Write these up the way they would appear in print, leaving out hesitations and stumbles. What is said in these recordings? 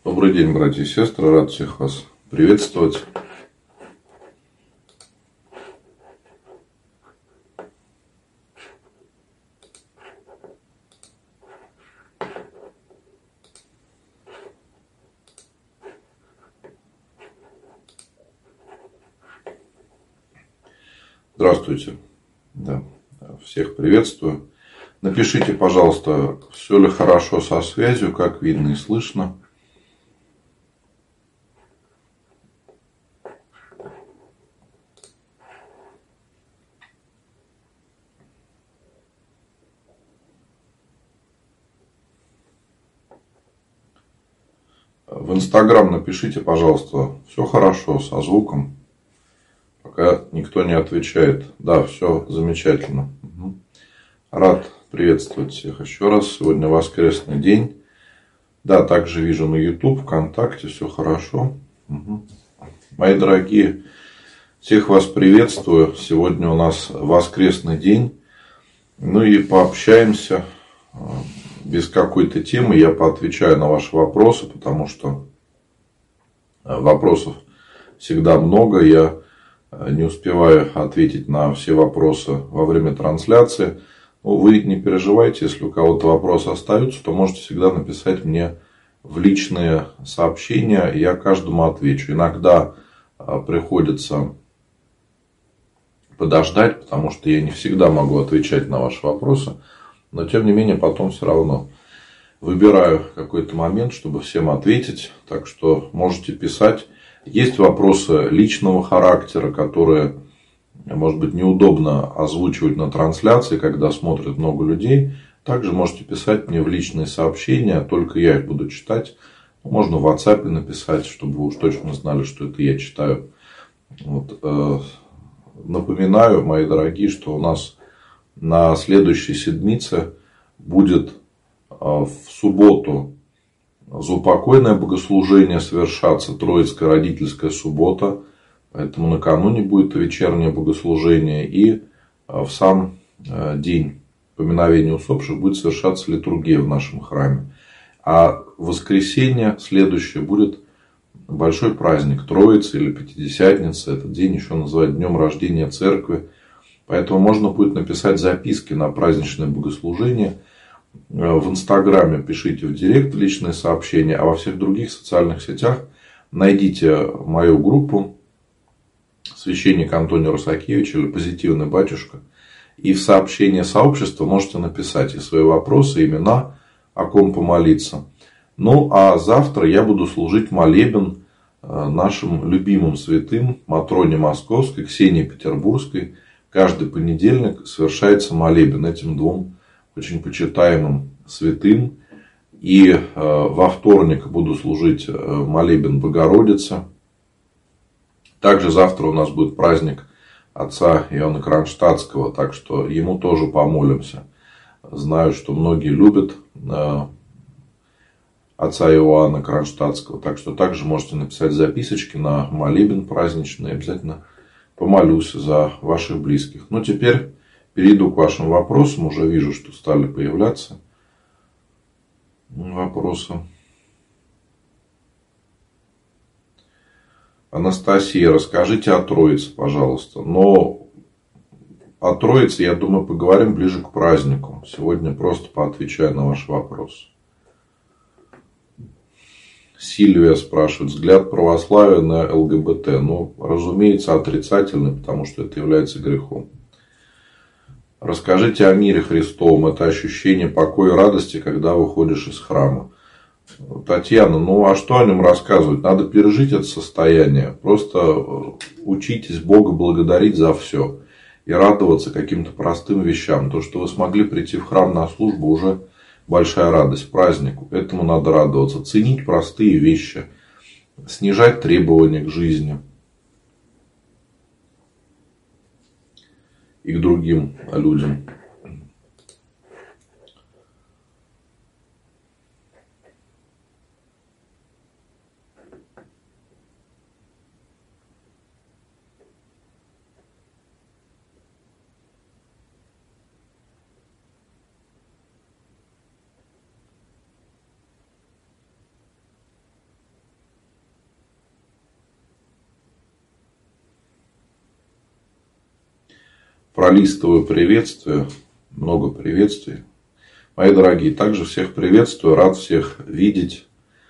Добрый день, братья и сестры, рад всех вас приветствовать. Здравствуйте, да, всех приветствую. Напишите, пожалуйста, все ли хорошо со связью, как видно и слышно. В Инстаграм напишите, пожалуйста, все хорошо со звуком. Пока никто не отвечает. Да, все замечательно. Рад приветствовать всех еще раз. Сегодня воскресный день. Да, также вижу на YouTube, ВКонтакте, все хорошо. Мои дорогие, всех вас приветствую. Сегодня у нас воскресный день. Ну и пообщаемся без какой-то темы. Я поотвечаю на ваши вопросы, потому что вопросов всегда много. Я не успеваю ответить на все вопросы во время трансляции. Но вы не переживайте, если у кого-то вопросы остаются, то можете всегда написать мне в личные сообщения, я каждому отвечу. Иногда приходится подождать, потому что я не всегда могу отвечать на ваши вопросы, но тем не менее потом все равно выбираю какой-то момент, чтобы всем ответить, так что можете писать. Есть вопросы личного характера, которые, может быть, неудобно озвучивать на трансляции, когда смотрят много людей. Также можете писать мне в личные сообщения, только я их буду читать. Можно в WhatsApp написать, чтобы вы уж точно знали, что это я читаю. Вот. Напоминаю, мои дорогие, что у нас на следующей седмице будет в субботу заупокойное богослужение совершаться, Троицкая родительская суббота. Поэтому накануне будет вечернее богослужение. И в сам день поминовения усопших будет совершаться литургия в нашем храме. А в воскресенье следующее будет большой праздник Троицы или Пятидесятницы. Этот день еще называют днем рождения церкви. Поэтому можно будет написать записки на праздничное богослужение. В Инстаграме пишите в директ личные сообщения, а во всех других социальных сетях найдите мою группу священник Антоний Русакевич или Позитивный батюшка. И в сообщение сообщества можете написать и свои вопросы, имена, о ком помолиться. Ну, а завтра я буду служить молебен нашим любимым святым Матроне Московской, Ксении Петербургской. Каждый понедельник совершается молебен этим двум очень почитаемым святым. И во вторник буду служить молебен Богородице. Также завтра у нас будет праздник отца Иоанна Кронштадтского, так что ему тоже помолимся. Знаю, что многие любят отца Иоанна Кронштадтского, так что также можете написать записочки на молебен праздничный. Обязательно помолюсь за ваших близких. Ну, теперь перейду к вашим вопросам. Уже вижу, что стали появляться вопросы. Анастасия, расскажите о Троице, пожалуйста. Но о Троице, я думаю, поговорим ближе к празднику. Сегодня просто поотвечаю на ваши вопросы. Сильвия спрашивает, взгляд православия на ЛГБТ. Ну, разумеется, отрицательный, потому что это является грехом. Расскажите о мире Христовом. Это ощущение покоя и радости, когда выходишь из храма. Татьяна, ну а что о нем рассказывать? Надо пережить это состояние. Просто учитесь Бога благодарить за все. И радоваться каким-то простым вещам. То, что вы смогли прийти в храм на службу, уже большая радость, празднику. Этому надо радоваться. Ценить простые вещи. Снижать требования к жизни. И к другим людям. пролистываю приветствия, много приветствий. Мои дорогие, также всех приветствую, рад всех видеть.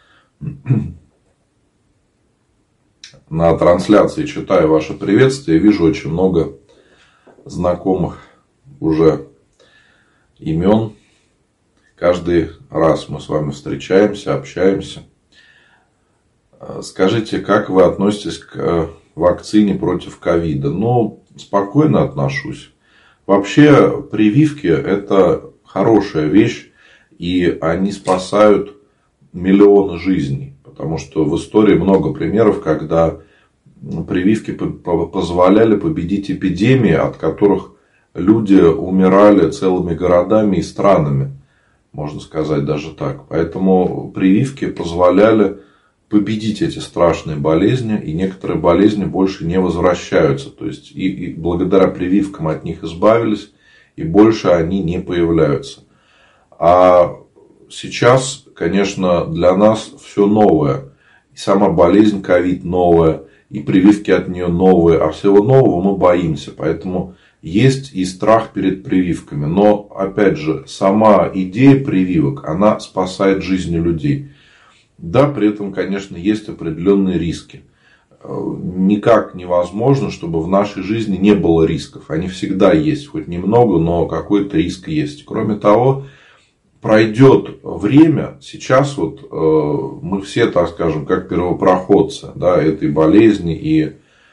На трансляции читаю ваши приветствия, вижу очень много знакомых уже имен. Каждый раз мы с вами встречаемся, общаемся. Скажите, как вы относитесь к вакцине против ковида? Ну, спокойно отношусь. Вообще, прививки – это хорошая вещь, и они спасают миллионы жизней. Потому что в истории много примеров, когда прививки позволяли победить эпидемии, от которых люди умирали целыми городами и странами. Можно сказать даже так. Поэтому прививки позволяли победить эти страшные болезни, и некоторые болезни больше не возвращаются. То есть, и благодаря прививкам от них избавились, и больше они не появляются. А сейчас, конечно, для нас все новое. И сама болезнь ковид новая, и прививки от нее новые. А всего нового мы боимся. Поэтому есть и страх перед прививками. Но, опять же, сама идея прививок, она спасает жизни людей. Да, при этом, конечно, есть определенные риски. Никак невозможно, чтобы в нашей жизни не было рисков. Они всегда есть, хоть немного, но какой-то риск есть. Кроме того, пройдет время, сейчас вот мы все, так скажем, как первопроходцы, да, этой болезни и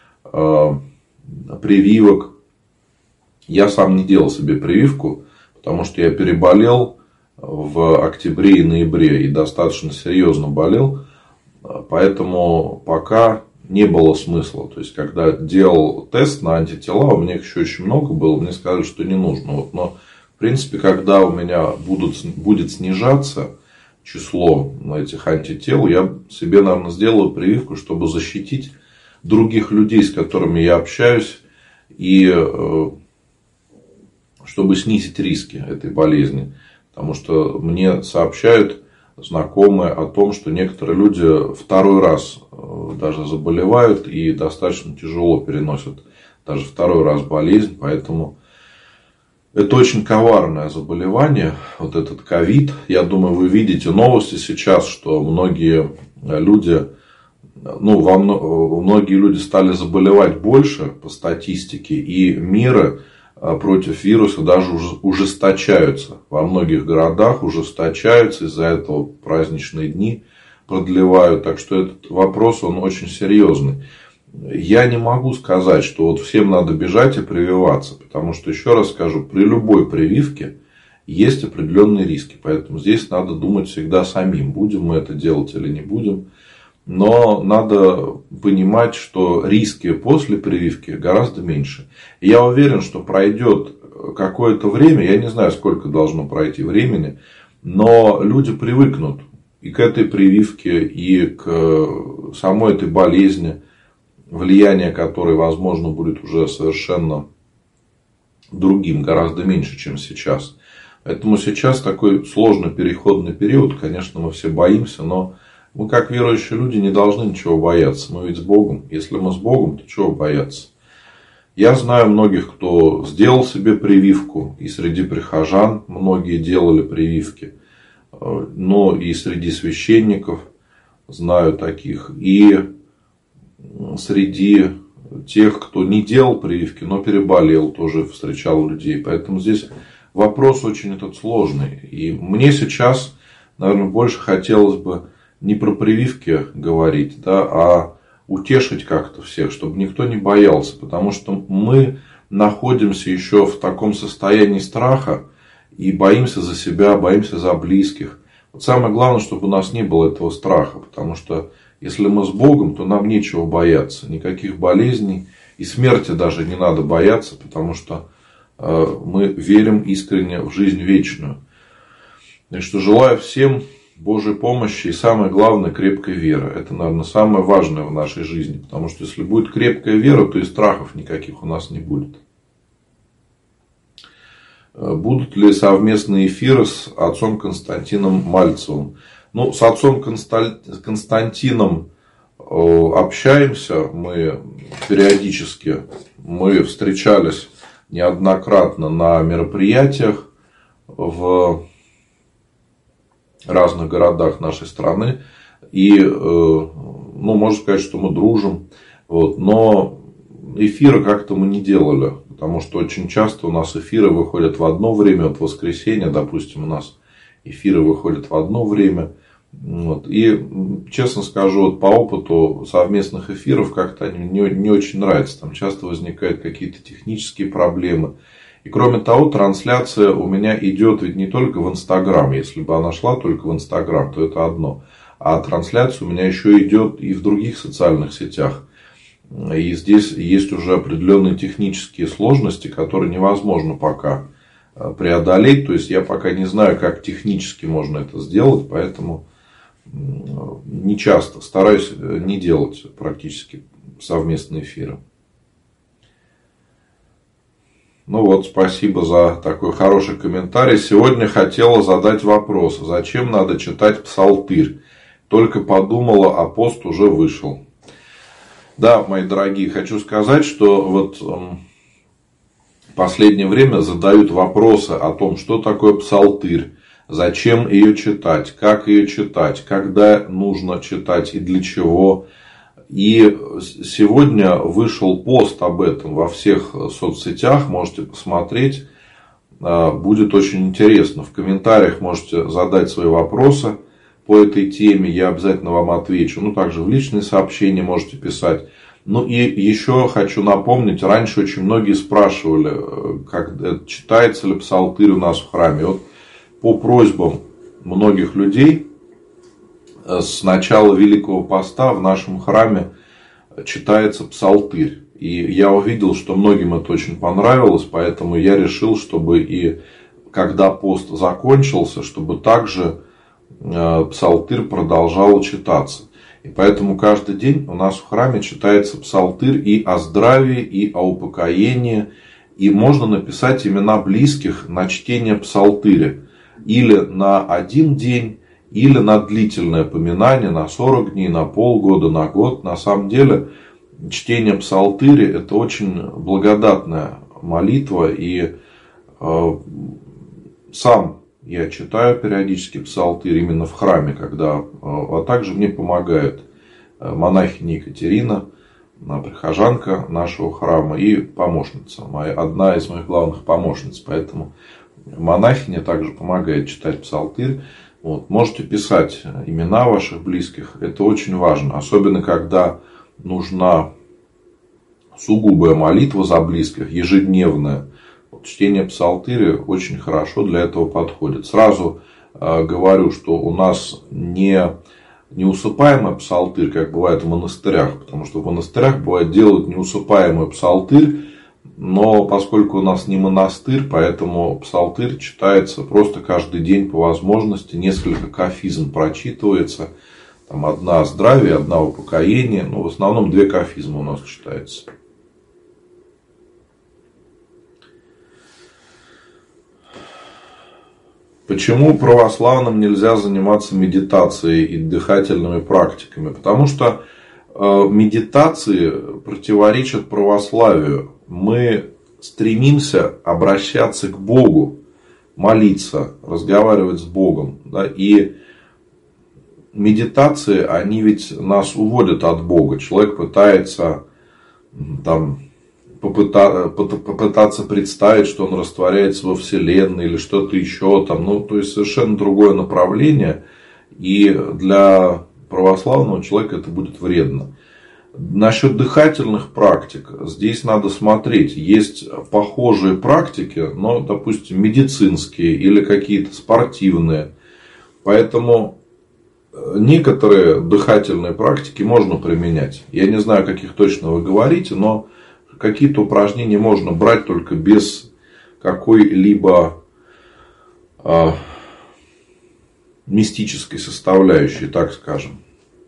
прививок. Я сам не делал себе прививку, потому что я переболел в октябре и ноябре и достаточно серьезно болел. Поэтому пока не было смысла. То есть, когда делал тест на антитела, у меня их еще очень много было, мне сказали, что не нужно. Вот, но, в принципе, когда у меня будет снижаться число этих антител, я себе, наверное, сделаю прививку, чтобы защитить других людей, с которыми я общаюсь, и чтобы снизить риски этой болезни. Потому что мне сообщают знакомые о том, что некоторые люди второй раз даже заболевают и достаточно тяжело переносят даже второй раз болезнь. Поэтому это очень коварное заболевание, вот этот ковид. Я думаю, вы видите новости сейчас, что многие люди, многие люди стали заболевать больше по статистике, и меры против вируса даже ужесточаются. Во многих городах ужесточаются, из-за этого праздничные дни продлевают. Так что этот вопрос, он очень серьезный. Я не могу сказать, что вот всем надо бежать и прививаться. Потому что, еще раз скажу, при любой прививке есть определенные риски. Поэтому здесь надо думать всегда самим, будем мы это делать или не будем. Но надо понимать, что риски после прививки гораздо меньше. И я уверен, что пройдет какое-то время, я не знаю, сколько должно пройти времени, но люди привыкнут и к этой прививке, и к самой этой болезни, влияние которой, возможно, будет уже совершенно другим, гораздо меньше, чем сейчас. Поэтому сейчас такой сложный переходный период, конечно, мы все боимся, но мы, как верующие люди, не должны ничего бояться. Мы ведь с Богом. Если мы с Богом, то чего бояться? Я знаю многих, кто сделал себе прививку. И среди прихожан многие делали прививки. Но и среди священников знаю таких. И среди тех, кто не делал прививки, но переболел, тоже встречал людей. Поэтому здесь вопрос очень этот сложный. И мне сейчас, наверное, больше хотелось бы не про прививки говорить, да, а утешить как-то всех, чтобы никто не боялся. Потому что мы находимся еще в таком состоянии страха и боимся за себя, боимся за близких. Вот самое главное, чтобы у нас не было этого страха. Потому что если мы с Богом, то нам нечего бояться. Никаких болезней и смерти даже не надо бояться. Потому что мы верим искренне в жизнь вечную. Так что желаю всем Божьей помощи и, самое главное, крепкой веры. Это, наверное, самое важное в нашей жизни. Потому что если будет крепкая вера, то и страхов никаких у нас не будет. Будут ли совместные эфиры с отцом Константином Мальцевым? Ну, с отцом Константином общаемся мы периодически. Мы встречались неоднократно на мероприятиях в разных городах нашей страны. И, можно сказать, что мы дружим. Но эфира как-то мы не делали. Потому что очень часто у нас эфиры выходят в одно время. В воскресенье, допустим, у нас эфиры выходят в одно время. И, честно скажу, по опыту совместных эфиров как-то они не очень нравятся. Там часто возникают какие-то технические проблемы. И кроме того, трансляция у меня идет ведь не только в Инстаграм. Если бы она шла только в Инстаграм, то это одно. А трансляция у меня еще идет и в других социальных сетях. И здесь есть уже определенные технические сложности, которые невозможно пока преодолеть. То есть я пока не знаю, как технически можно это сделать, поэтому не часто стараюсь не делать практически совместные эфиры. Спасибо за такой хороший комментарий. Сегодня хотела задать вопрос. Зачем надо читать псалтырь? Только подумала, а пост уже вышел. Да, мои дорогие, хочу сказать, что в последнее время задают вопросы о том, что такое псалтырь, зачем ее читать, как ее читать, когда нужно читать и для чего. И сегодня вышел пост об этом во всех соцсетях, можете посмотреть, будет очень интересно. В комментариях можете задать свои вопросы по этой теме, я обязательно вам отвечу. Также в личные сообщения можете писать. И еще хочу напомнить, раньше очень многие спрашивали, читается ли псалтырь у нас в храме. По просьбам многих людей с начала Великого Поста в нашем храме читается псалтырь. И я увидел, что многим это очень понравилось, поэтому я решил, чтобы и когда пост закончился, чтобы также псалтырь продолжал читаться. И поэтому каждый день у нас в храме читается псалтырь и о здравии, и о упокоении. И можно написать имена близких на чтение псалтыря. Или на один день, или на длительное поминание, на 40 дней, на полгода, на год. На самом деле, чтение псалтыря – это очень благодатная молитва. И сам я читаю периодически псалтырь именно в храме, а также мне помогает монахиня Екатерина, прихожанка нашего храма и помощница, одна из моих главных помощниц. Поэтому монахиня также помогает читать псалтырь. Можете писать имена ваших близких, это очень важно, особенно когда нужна сугубая молитва за близких, ежедневная. Чтение псалтыря очень хорошо для этого подходит. Сразу говорю, что у нас не неусыпаемый псалтырь, как бывает в монастырях, потому что в монастырях бывает делают неусыпаемый псалтырь, но поскольку у нас не монастырь, поэтому псалтырь читается просто каждый день по возможности, несколько кафизм прочитывается, там одна о здравии, одна о упокоении, но в основном 2 кафизмы у нас читается. Почему православным нельзя заниматься медитацией и дыхательными практиками? Потому что медитации противоречат православию. Мы стремимся обращаться к Богу, молиться, разговаривать с Богом. И медитации, они ведь нас уводят от Бога. Человек пытается попытаться представить, что он растворяется во Вселенной или что-то еще. То есть совершенно другое направление. И для православного человека это будет вредно. Насчет дыхательных практик, здесь надо смотреть. Есть похожие практики, но, допустим, медицинские или какие-то спортивные. Поэтому некоторые дыхательные практики можно применять. Я не знаю, о каких точно вы говорите, но какие-то упражнения можно брать только без какой-либо мистической составляющей, так скажем.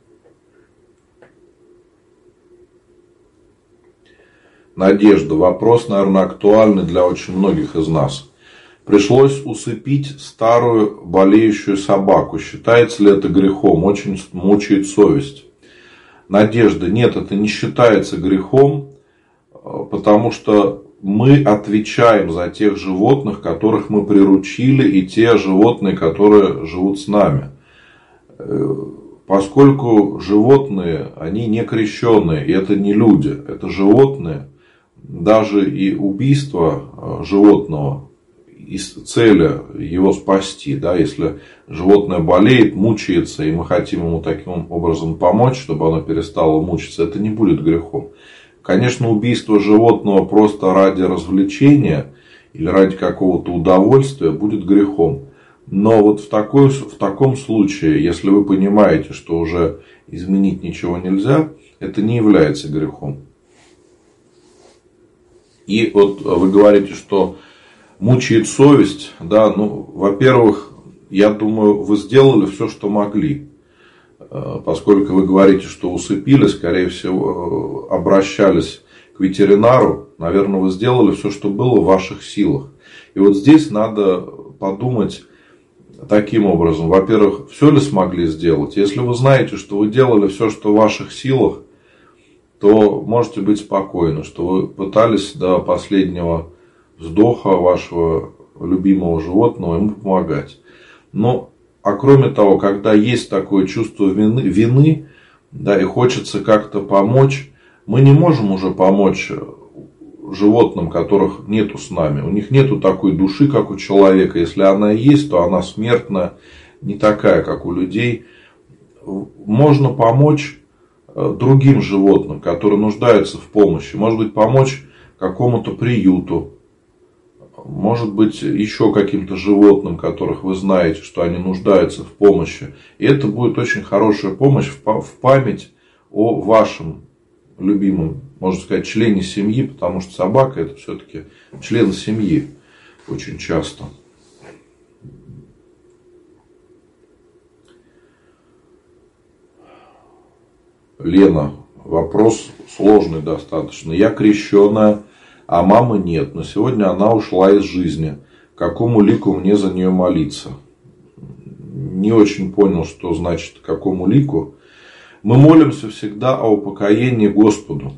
Надежда. Вопрос, наверное, актуальный для очень многих из нас. Пришлось усыпить старую болеющую собаку. Считается ли это грехом? Очень мучает совесть. Надежда. Нет, это не считается грехом, потому что мы отвечаем за тех животных, которых мы приручили, и те животные, которые живут с нами. Поскольку животные, они не крещенные, и это не люди, это животные, даже и убийство животного из цели его спасти, да, если животное болеет, мучается, и мы хотим ему таким образом помочь, чтобы оно перестало мучиться, это не будет грехом. Конечно, убийство животного просто ради развлечения или ради какого-то удовольствия будет грехом. Но вот в таком случае, если вы понимаете, что уже изменить ничего нельзя, это не является грехом. И вот вы говорите, что мучает совесть. Да, ну, во-первых, я думаю, вы сделали все, что могли. Поскольку вы говорите, что усыпили, скорее всего, обращались к ветеринару, наверное, вы сделали все, что было в ваших силах. И вот здесь надо подумать таким образом. Во-первых, все ли смогли сделать? Если вы знаете, что вы делали все, что в ваших силах, то можете быть спокойны, что вы пытались до последнего вздоха вашего любимого животного ему помогать. Но, а кроме того, когда есть такое чувство вины, да, и хочется как-то помочь, мы не можем уже помочь животным, которых нету с нами. У них нету такой души, как у человека. Если она есть, то она смертна, не такая, как у людей. Можно помочь другим животным, которые нуждаются в помощи. Может быть, помочь какому-то приюту. Может быть, еще каким-то животным, которых вы знаете, что они нуждаются в помощи. И это будет очень хорошая помощь в память о вашем любимом, можно сказать, члене семьи, потому что собака — это все-таки член семьи очень часто. Лена, вопрос сложный достаточно. Я крещеная, а мамы нет, но сегодня она ушла из жизни. Какому лику мне за нее молиться? Не очень понял, что значит какому лику. Мы молимся всегда о упокоении Господу.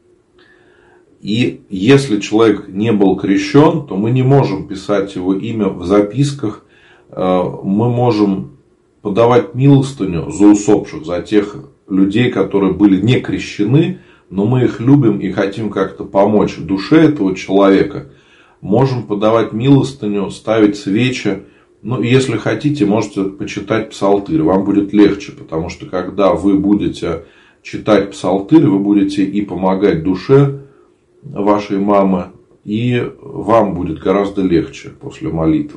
И если человек не был крещен, то мы не можем писать его имя в записках. Мы можем подавать милостыню за усопших, за тех людей, которые были не крещены, но мы их любим и хотим как-то помочь душе этого человека. Можем подавать милостыню, ставить свечи. Ну, если хотите, можете почитать псалтырь. Вам будет легче, потому что когда вы будете читать псалтырь, вы будете и помогать душе вашей мамы, и вам будет гораздо легче после молитвы.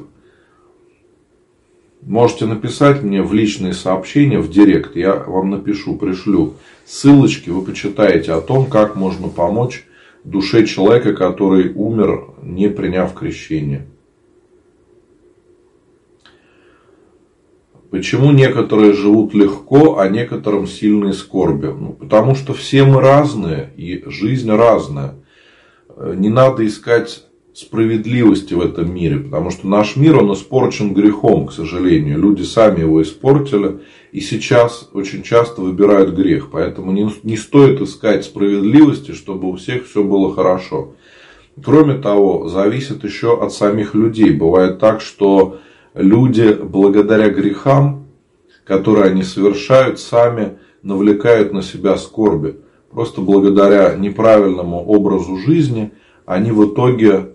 Можете написать мне в личные сообщения, в директ, я вам напишу, пришлю ссылочки, вы почитаете о том, как можно помочь душе человека, который умер, не приняв крещение. Почему некоторые живут легко, а некоторым сильные скорби? Ну, потому что все мы разные, и жизнь разная. Не надо искать справедливости в этом мире, потому что наш мир, он испорчен грехом, к сожалению. Люди сами его испортили, и сейчас очень часто выбирают грех. Поэтому не стоит искать справедливости, чтобы у всех все было хорошо. Кроме того, зависит еще от самих людей. Бывает так, что люди благодаря грехам, которые они совершают, сами навлекают на себя скорби. Просто благодаря неправильному образу жизни они в итоге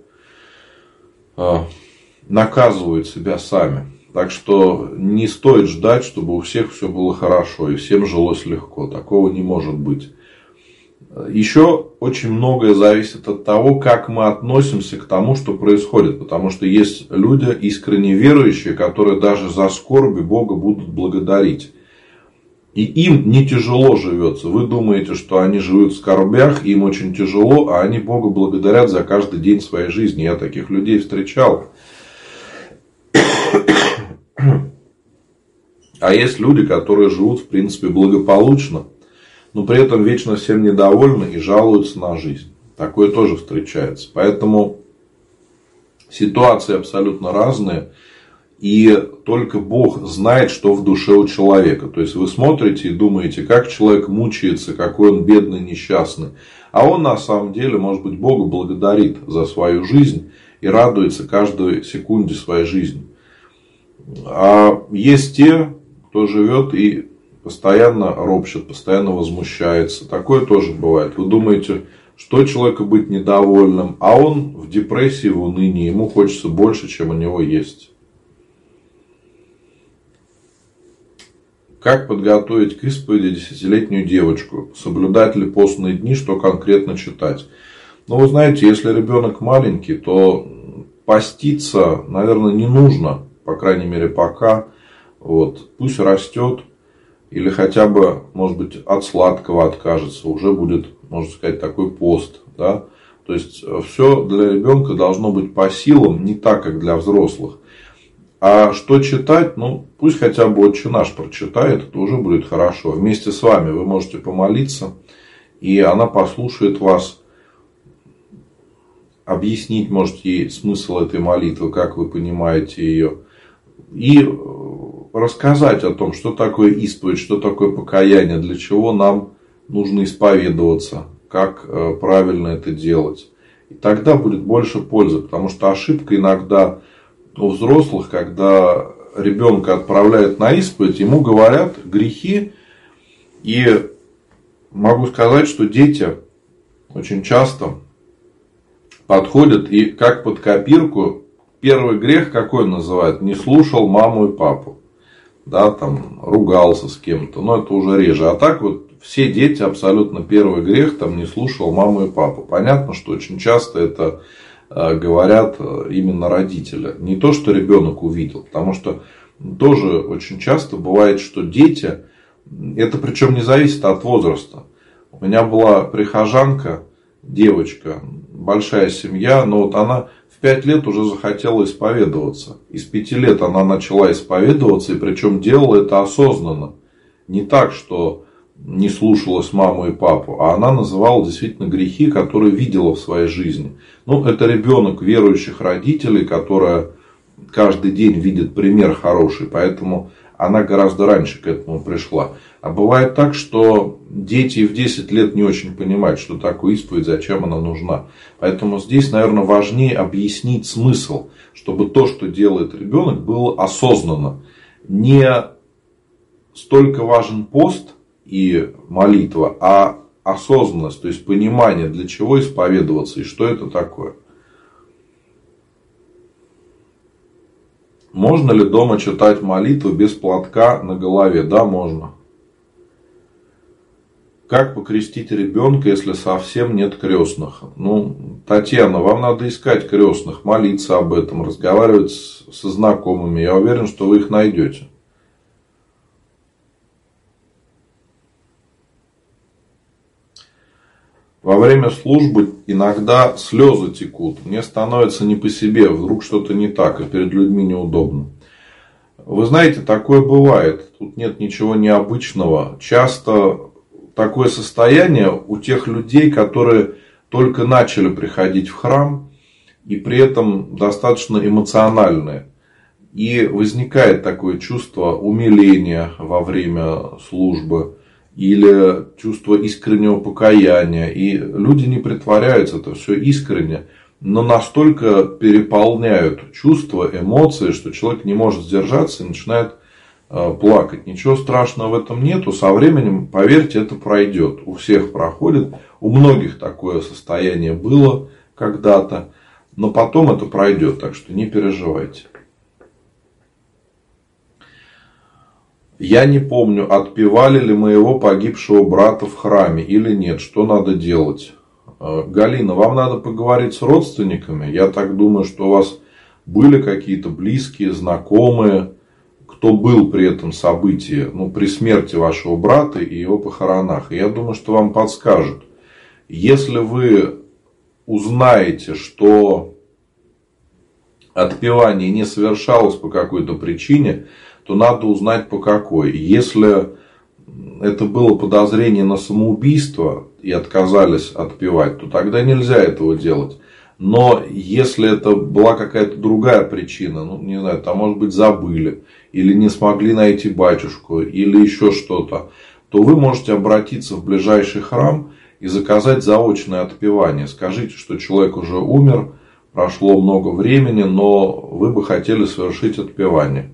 наказывают себя сами. Так что не стоит ждать, чтобы у всех все было хорошо и всем жилось легко. Такого не может быть. Еще очень многое зависит от того, как мы относимся к тому, что происходит. Потому что есть люди искренне верующие, которые даже за скорби Бога будут благодарить. И им не тяжело живется. Вы думаете, что они живут в скорбях, им очень тяжело, а они Бога благодарят за каждый день своей жизни. Я таких людей встречал. А есть люди, которые живут, в принципе, благополучно, но при этом вечно всем недовольны и жалуются на жизнь. Такое тоже встречается. Поэтому ситуации абсолютно разные. И только Бог знает, что в душе у человека. То есть вы смотрите и думаете, как человек мучается, какой он бедный, несчастный. А он на самом деле, может быть, Бога благодарит за свою жизнь и радуется каждой секунде своей жизни. А есть те, кто живет и постоянно ропщет, постоянно возмущается. Такое тоже бывает. Вы думаете, что человеку быть недовольным, а он в депрессии, в унынии, ему хочется больше, чем у него есть. Как подготовить к исповеди 10-летнюю девочку? Соблюдать ли постные дни, что конкретно читать? Ну, вы знаете, если ребенок маленький, то поститься, наверное, не нужно. По крайней мере, пока. Вот. Пусть растет. Или хотя бы, может быть, от сладкого откажется. Уже будет, можно сказать, такой пост. Да? То есть, все для ребенка должно быть по силам, не так, как для взрослых. А что читать? Ну, пусть хотя бы «Отче наш» прочитает, это уже будет хорошо. Вместе с вами вы можете помолиться, и она послушает вас, объяснить, может, ей смысл этой молитвы, как вы понимаете ее, и рассказать о том, что такое исповедь, что такое покаяние, для чего нам нужно исповедоваться, как правильно это делать. И тогда будет больше пользы, потому что ошибка иногда у взрослых, когда ребенка отправляют на исповедь, ему говорят грехи. И могу сказать, что дети очень часто подходят и как под копирку. Первый грех какой называют? Не слушал маму и папу. Да, там ругался с кем-то. Но это уже реже. А так вот все дети абсолютно первый грех там не слушал маму и папу. Понятно, что очень часто это говорят именно родители. Не то, что ребенок увидел. Потому что тоже очень часто бывает, что дети, это причем не зависит от возраста. У меня была прихожанка, девочка, большая семья, но вот она в 5 лет уже захотела исповедоваться. Из 5 лет она начала исповедоваться, и причем делала это осознанно. Не так, что не слушалась маму и папу, а она называла действительно грехи, которые видела в своей жизни. Ну, это ребенок верующих родителей, которая каждый день видит пример хороший, поэтому она гораздо раньше к этому пришла. А бывает так, что дети в 10 лет не очень понимают, что такое исповедь, зачем она нужна. Поэтому здесь, наверное, важнее объяснить смысл, чтобы то, что делает ребенок, было осознанно. Не столько важен пост и молитва, а осознанность, то есть понимание, для чего исповедоваться и что это такое. Можно ли дома читать молитву без платка на голове? Да, можно. Как покрестить ребенка, если совсем нет крестных? Ну, Татьяна, вам надо искать крестных, молиться об этом, разговаривать со знакомыми. Я уверен, что вы их найдете. Во время службы иногда слезы текут. Мне становится не по себе. Вдруг что-то не так, и перед людьми неудобно. Вы знаете, такое бывает. Тут нет ничего необычного. Часто такое состояние у тех людей, которые только начали приходить в храм, и при этом достаточно эмоциональные. И возникает такое чувство умиления во время службы. Или чувство искреннего покаяния. И люди не притворяются, это все искренне. Но настолько переполняют чувства, эмоции, что человек не может сдержаться и начинает плакать. Ничего страшного в этом нету. Со временем, поверьте, это пройдет. У всех проходит. У многих такое состояние было когда-то. Но потом это пройдет. Так что не переживайте. Я не помню, отпевали ли моего погибшего брата в храме или нет. Что надо делать? Галина, вам надо поговорить с родственниками. Я так думаю, что у вас были какие-то близкие, знакомые, кто был при этом событии, ну, при смерти вашего брата и его похоронах. И я думаю, что вам подскажут. Если вы узнаете, что отпевание не совершалось по какой-то причине, то надо узнать по какой. Если это было подозрение на самоубийство и отказались отпевать, то тогда нельзя этого делать. Но если это была какая-то другая причина, ну, не знаю, там, может быть, забыли, или не смогли найти батюшку, или еще что-то, то вы можете обратиться в ближайший храм и заказать заочное отпевание. Скажите, что человек уже умер, прошло много времени, но вы бы хотели совершить отпевание.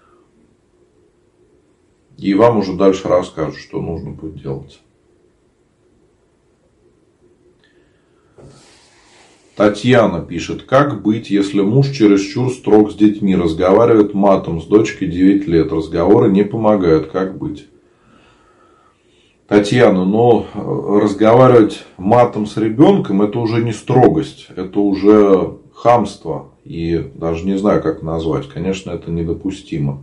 И вам уже дальше расскажут, что нужно будет делать. Татьяна пишет: как быть, если муж чересчур строг с детьми, разговаривает матом с дочкой 9 лет, разговоры не помогают, как быть? Татьяна, но разговаривать матом с ребенком — это уже не строгость, это уже хамство, и даже не знаю, как назвать, конечно, это недопустимо.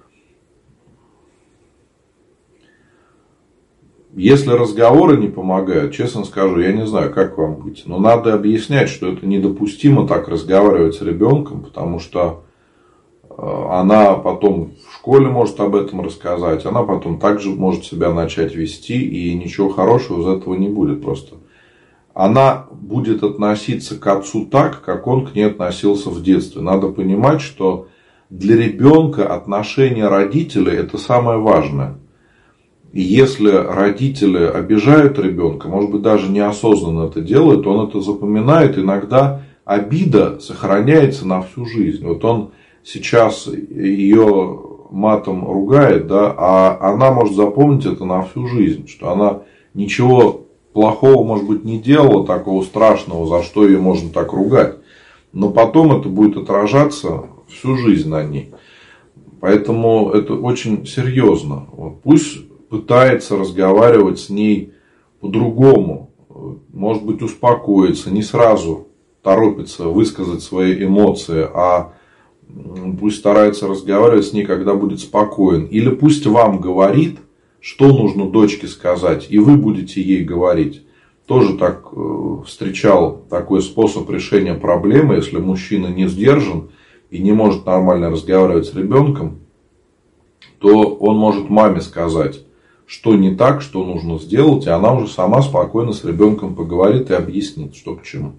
Если разговоры не помогают, честно скажу, я не знаю, как вам быть. Но надо объяснять, что это недопустимо так разговаривать с ребенком, потому что она потом в школе может об этом рассказать, она потом также может себя начать вести, и ничего хорошего из этого не будет просто. Она будет относиться к отцу так, как он к ней относился в детстве. Надо понимать, что для ребенка отношение родителей — это самое важное. И если родители обижают ребенка, может быть, даже неосознанно это делают, он это запоминает. Иногда обида сохраняется на всю жизнь. Вот он сейчас ее матом ругает, да, а она может запомнить это на всю жизнь, что она ничего плохого, может быть, не делала, такого страшного, за что ее можно так ругать. Но потом это будет отражаться всю жизнь на ней. Поэтому это очень серьезно. Вот. Пусть пытается разговаривать с ней по-другому, может быть, успокоиться, не сразу торопится высказать свои эмоции, а пусть старается разговаривать с ней, когда будет спокоен. Или пусть вам говорит, что нужно дочке сказать, и вы будете ей говорить. Тоже так встречал такой способ решения проблемы, если мужчина не сдержан и не может нормально разговаривать с ребенком, то он может маме сказать, что не так, что нужно сделать, и она уже сама спокойно с ребенком поговорит и объяснит, что к чему.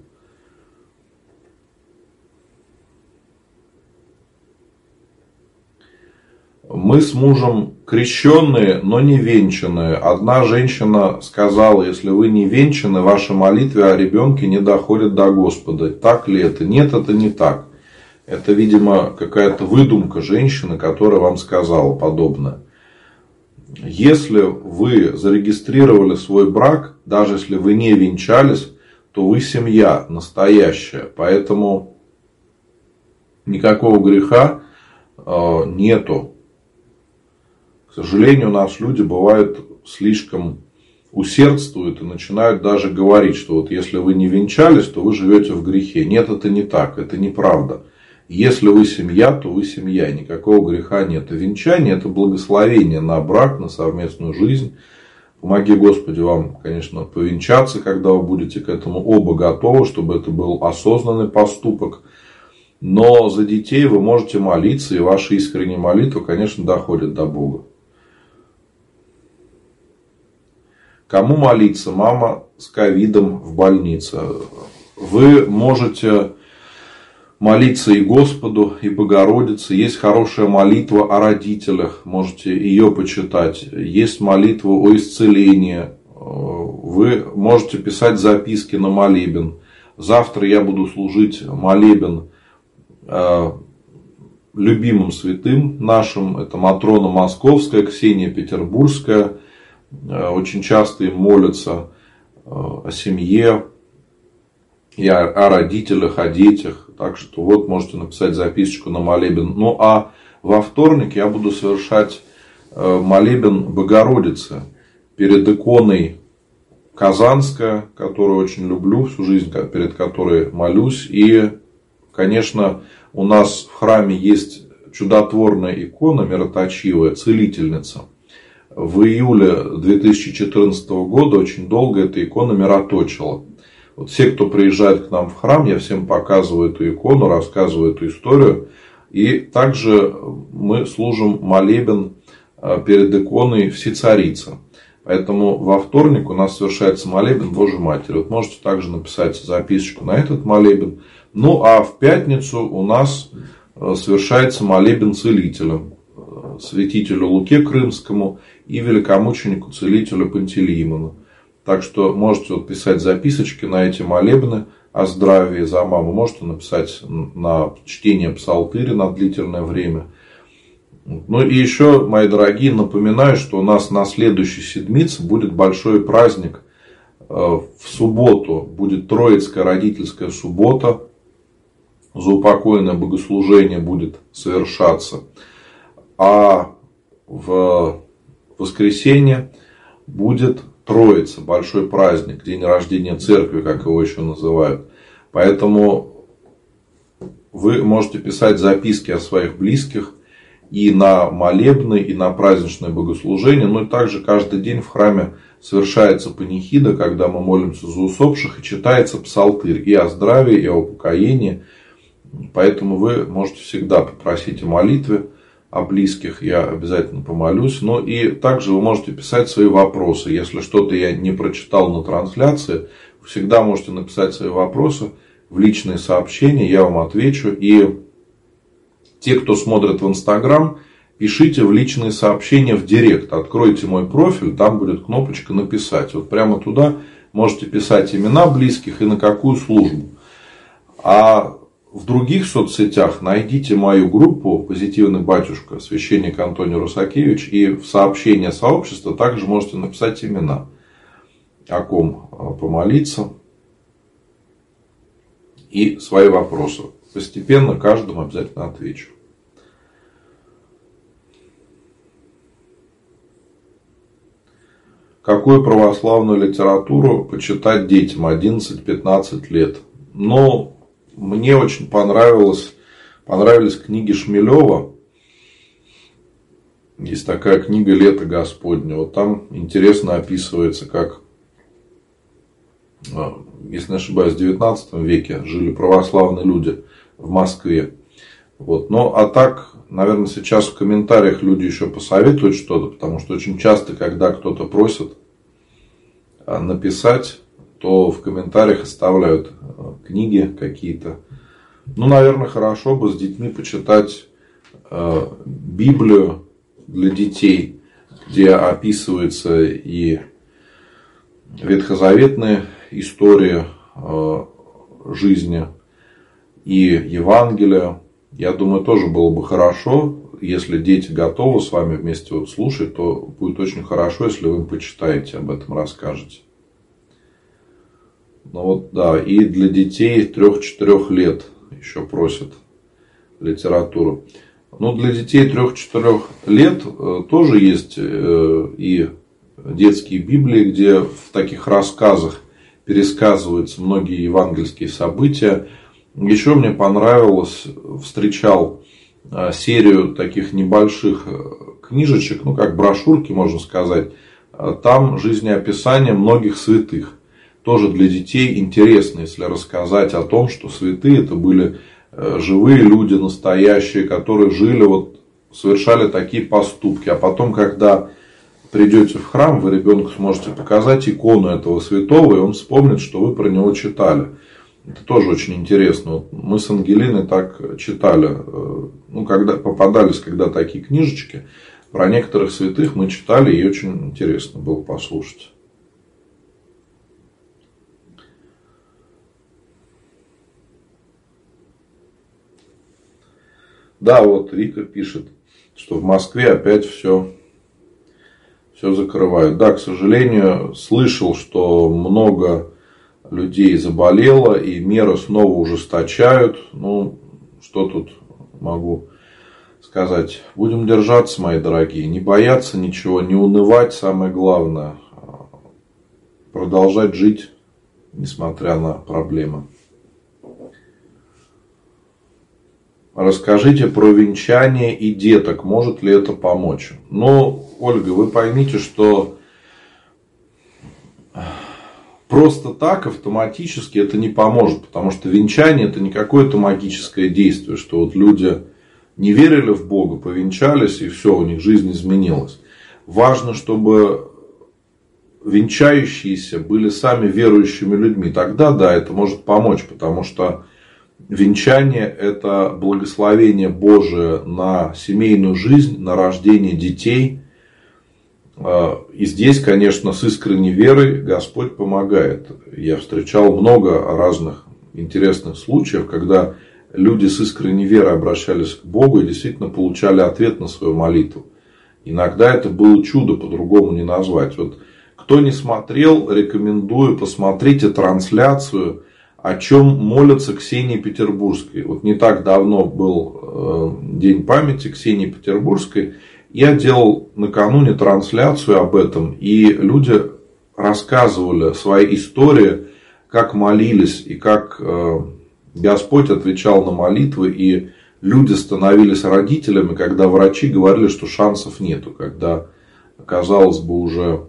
Мы с мужем крещенные, но не венчанные. Одна женщина сказала: если вы не венчаны, ваши молитвы о ребенке не доходят до Господа. Так ли это? Нет, это не так. Это, видимо, какая-то выдумка женщины, которая вам сказала подобное. Если вы зарегистрировали свой брак, даже если вы не венчались, то вы семья настоящая. Поэтому никакого греха нету. К сожалению, у нас люди, бывают, слишком усердствуют и начинают даже говорить, что вот если вы не венчались, то вы живете в грехе. Нет, это не так, это неправда. Если вы семья, то вы семья, никакого греха нет. И венчание — это благословение на брак, на совместную жизнь. Помоги, Господи, вам, конечно, повенчаться, когда вы будете к этому оба готовы, чтобы это был осознанный поступок. Но за детей вы можете молиться, и ваша искренняя молитва, конечно, доходит до Бога. Кому молиться? Мама с ковидом в больнице. Вы можете молиться и Господу, и Богородице. Есть хорошая молитва о родителях, можете ее почитать. Есть молитва о исцелении. Вы можете писать записки на молебен. Завтра я буду служить молебен любимым святым нашим. Это Матрона Московская, Ксения Петербургская. Очень часто им молятся о семье и о родителях, о детях. Так что вот можете написать записочку на молебен. Ну а во вторник я буду совершать молебен Богородицы перед иконой Казанская, которую очень люблю, всю жизнь перед которой молюсь. И, конечно, у нас в храме есть чудотворная икона мироточивая, целительница. В июле 2014 года очень долго эта икона мироточила. Вот все, кто приезжает к нам в храм, я всем показываю эту икону, рассказываю эту историю. И также мы служим молебен перед иконой Всецарица. Поэтому во вторник у нас совершается молебен Божьей Матери. Вот можете также написать записочку на этот молебен. Ну, а в пятницу у нас совершается молебен целителям. Святителю Луке Крымскому и великомученику целителю Пантелеимону. Так что можете вот писать записочки на эти молебны о здравии за маму. Можете написать на чтение псалтыря на длительное время. Ну и еще, мои дорогие, напоминаю, что у нас на следующей седмице будет большой праздник. В субботу будет Троицкая родительская суббота. Заупокойное богослужение будет совершаться. А в воскресенье будет Троица, большой праздник, день рождения церкви, как его еще называют. Поэтому вы можете писать записки о своих близких и на молебны, и на праздничное богослужение. Ну и также каждый день в храме совершается панихида, когда мы молимся за усопших, и читается псалтырь и о здравии, и о упокоении. Поэтому вы можете всегда попросить о молитве о близких, я обязательно помолюсь. Ну и также вы можете писать свои вопросы. Если что-то я не прочитал на трансляции, вы всегда можете написать свои вопросы в личные сообщения, я вам отвечу. И те, кто смотрит в Инстаграм, пишите в личные сообщения в директ. Откройте мой профиль, там будет кнопочка «Написать». Вот прямо туда можете писать имена близких и на какую службу. А в других соцсетях найдите мою группу «Позитивный батюшка», священник Антоний Русакевич, и в сообщение сообщества также можете написать имена, о ком помолиться, и свои вопросы. Постепенно каждому обязательно отвечу. Какую православную литературу почитать детям 11-15 лет? Ну, мне очень понравились книги Шмелева. Есть такая книга «Лето Господне». Вот там интересно описывается, как, если не ошибаюсь, в 19 веке жили православные люди в Москве. Вот. Ну, а так, наверное, сейчас в комментариях люди еще посоветуют что-то, потому что очень часто, когда кто-то просит написать, то в комментариях оставляют книги какие-то. Ну, наверное, хорошо бы с детьми почитать Библию для детей, где описывается и ветхозаветные истории жизни, и Евангелие. Я думаю, тоже было бы хорошо, если дети готовы с вами вместе вот слушать, то будет очень хорошо, если вы им почитаете, об этом расскажете. Ну вот, да, и для детей 3-4 лет еще просят литературу. Ну, для детей 3-4 лет тоже есть и детские Библии, где в таких рассказах пересказываются многие евангельские события. Еще мне понравилось, встречал серию таких небольших книжечек, ну как брошюрки, можно сказать. Там жизнеописание многих святых. Тоже для детей интересно, если рассказать о том, что святые это были живые люди, настоящие, которые жили, вот, совершали такие поступки. А потом, когда придете в храм, вы ребенку сможете показать икону этого святого, и он вспомнит, что вы про него читали. Это тоже очень интересно. Вот мы с Ангелиной так читали. Ну, когда попадались такие книжечки про некоторых святых, мы читали, и очень интересно было послушать. Да, вот Вика пишет, что в Москве опять все закрывают. Да, к сожалению, слышал, что много людей заболело, и меры снова ужесточают. Ну, что тут могу сказать? Будем держаться, мои дорогие, не бояться ничего, не унывать, самое главное. Продолжать жить, несмотря на проблемы. Расскажите про венчание и деток, может ли это помочь? Ну, Ольга, вы поймите, что просто так автоматически это не поможет, потому что венчание это не какое-то магическое действие, что вот люди не верили в Бога, повенчались и все, у них жизнь изменилась. Важно, чтобы венчающиеся были сами верующими людьми, тогда да, это может помочь, потому что венчание – это благословение Божие на семейную жизнь, на рождение детей. И здесь, конечно, с искренней верой Господь помогает. Я встречал много разных интересных случаев, когда люди с искренней верой обращались к Богу и действительно получали ответ на свою молитву. Иногда это было чудо, по-другому не назвать. Вот кто не смотрел, рекомендую, посмотрите трансляцию, о чем молятся Ксении Петербургской. Вот не так давно был День памяти Ксении Петербургской. Я делал накануне трансляцию об этом, и люди рассказывали свои истории, как молились, и как Господь отвечал на молитвы, и люди становились родителями, когда врачи говорили, что шансов нету, когда, казалось бы, уже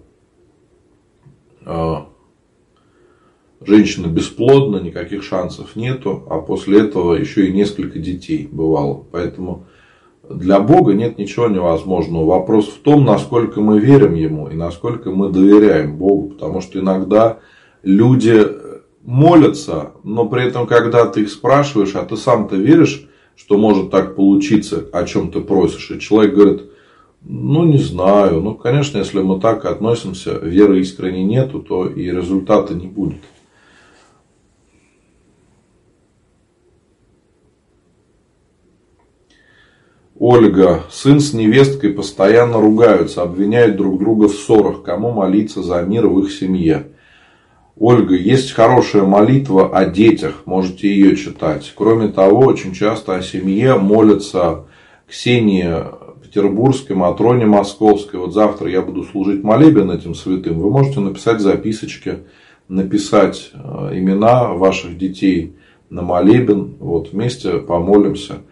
женщина бесплодна, никаких шансов нету, а после этого еще и несколько детей бывало. Поэтому для Бога нет ничего невозможного. Вопрос в том, насколько мы верим Ему и насколько мы доверяем Богу. Потому что иногда люди молятся, но при этом, когда ты их спрашиваешь, а ты сам-то веришь, что может так получиться, о чем ты просишь, и человек говорит: ну, не знаю. Ну, конечно, если мы так относимся, веры искренней нету, то и результата не будет. Ольга. Сын с невесткой постоянно ругаются, обвиняют друг друга в ссорах. Кому молиться за мир в их семье? Ольга, есть хорошая молитва о детях, можете ее читать. Кроме того, очень часто о семье молятся Ксении Петербургской, Матроне Московской. Вот завтра я буду служить молебен этим святым. Вы можете написать записочки, написать имена ваших детей на молебен. Вот, вместе помолимся.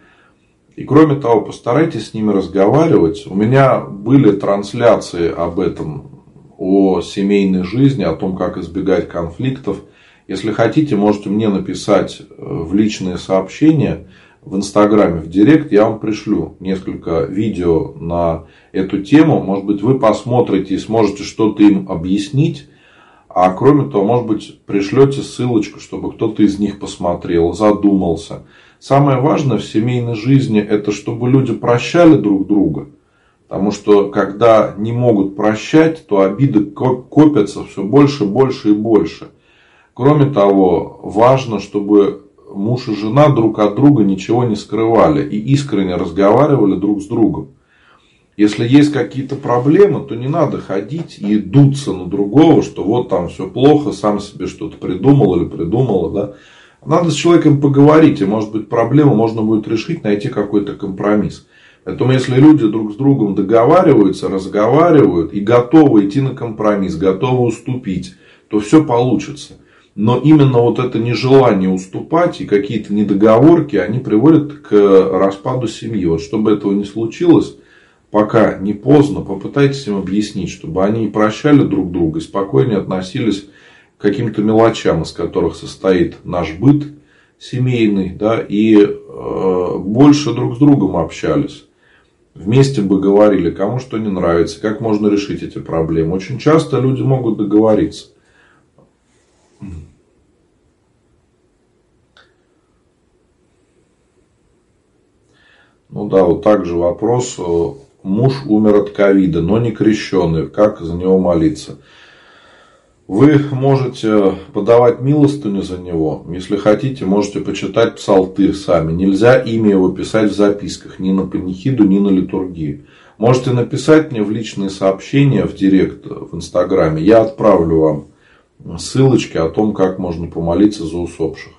И кроме того, постарайтесь с ними разговаривать. У меня были трансляции об этом, о семейной жизни, о том, как избегать конфликтов. Если хотите, можете мне написать в личные сообщения в Инстаграме, в Директ. Я вам пришлю несколько видео на эту тему. Может быть, вы посмотрите и сможете что-то им объяснить. А кроме того, может быть, пришлете ссылочку, чтобы кто-то из них посмотрел, задумался. Самое важное в семейной жизни – это чтобы люди прощали друг друга. Потому что, когда не могут прощать, то обиды копятся все больше, больше и больше. Кроме того, важно, чтобы муж и жена друг от друга ничего не скрывали и искренне разговаривали друг с другом. Если есть какие-то проблемы, то не надо ходить и дуться на другого, что вот там все плохо, сам себе что-то придумал или придумала. Да? Надо с человеком поговорить, и, может быть, проблему можно будет решить, найти какой-то компромисс. Поэтому, если люди друг с другом договариваются, разговаривают и готовы идти на компромисс, готовы уступить, то все получится. Но именно вот это нежелание уступать и какие-то недоговорки, они приводят к распаду семьи. Вот чтобы этого не случилось, пока не поздно, попытайтесь им объяснить, чтобы они прощали друг друга и спокойнее относились к каким-то мелочам, из которых состоит наш быт семейный, да, и больше друг с другом общались. Вместе бы говорили, кому что не нравится, как можно решить эти проблемы. Очень часто люди могут договориться. Ну да, вот также вопрос. Муж умер от ковида, но не крещеный. Как за него молиться? Вы можете подавать милостыню за него. Если хотите, можете почитать псалтырь сами. Нельзя имя его писать в записках. Ни на панихиду, ни на литургию. Можете написать мне в личные сообщения в Директ в Инстаграме. Я отправлю вам ссылочки о том, как можно помолиться за усопших.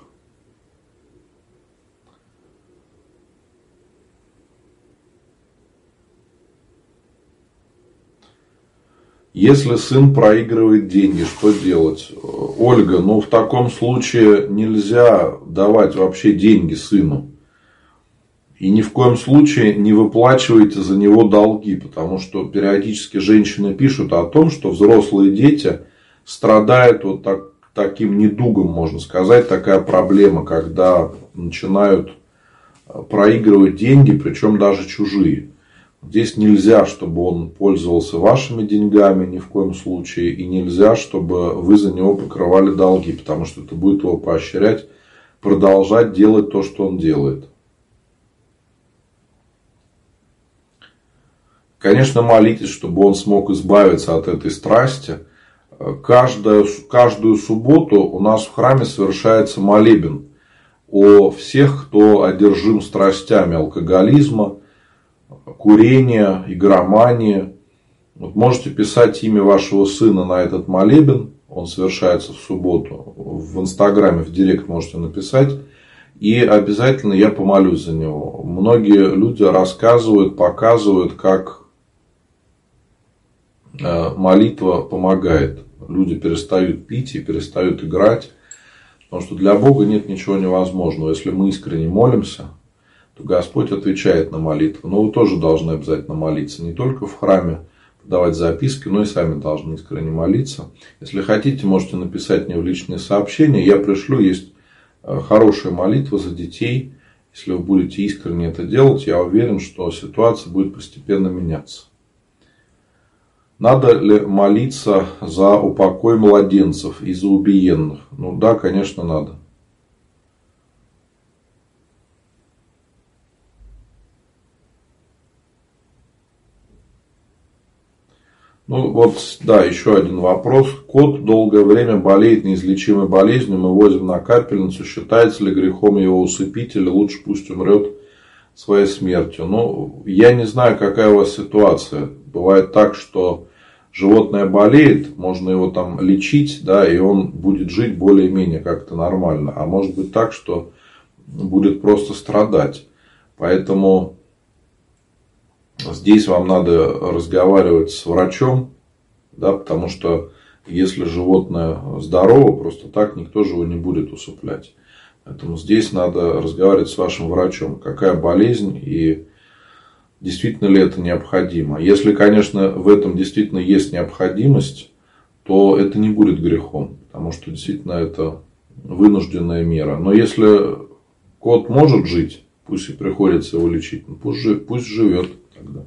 Если сын проигрывает деньги, что делать? Ольга, ну в таком случае нельзя давать вообще деньги сыну. И ни в коем случае не выплачивайте за него долги. Потому что периодически женщины пишут о том, что взрослые дети страдают вот таким недугом, можно сказать. Такая проблема, когда начинают проигрывать деньги, причем даже чужие. Здесь нельзя, чтобы он пользовался вашими деньгами ни в коем случае. И нельзя, чтобы вы за него покрывали долги. Потому что это будет его поощрять продолжать делать то, что он делает. Конечно, молитесь, чтобы он смог избавиться от этой страсти. Каждую субботу у нас в храме совершается молебен о всех, кто одержим страстями алкоголизма, курения, игромании. Вот можете писать имя вашего сына на этот молебен. Он совершается в субботу. В Инстаграме, в директ можете написать. И обязательно я помолюсь за него. Многие люди рассказывают, показывают, как молитва помогает. Люди перестают пить и перестают играть. Потому что для Бога нет ничего невозможного. Если мы искренне молимся, то Господь отвечает на молитву. Но вы тоже должны обязательно молиться. Не только в храме давать записки, но и сами должны искренне молиться. Если хотите, можете написать мне в личные сообщения. Я пришлю. Есть хорошая молитва за детей. Если вы будете искренне это делать, я уверен, что ситуация будет постепенно меняться. Надо ли молиться за упокой младенцев и за убиенных? Ну да, конечно, надо. Ну вот, да, еще один вопрос. Кот долгое время болеет неизлечимой болезнью, мы возим на капельницу. Считается ли грехом его усыпить или лучше пусть умрет своей смертью? Ну, я не знаю, какая у вас ситуация. Бывает так, что животное болеет, можно его там лечить, да, и он будет жить более-менее как-то нормально. А может быть так, что будет просто страдать. Поэтому здесь вам надо разговаривать с врачом, да, потому что если животное здорово, просто так никто же его не будет усыплять. Поэтому здесь надо разговаривать с вашим врачом, какая болезнь и действительно ли это необходимо. Если, конечно, в этом действительно есть необходимость, то это не будет грехом, потому что действительно это вынужденная мера. Но если кот может жить, пусть и приходится его лечить, пусть живет тогда.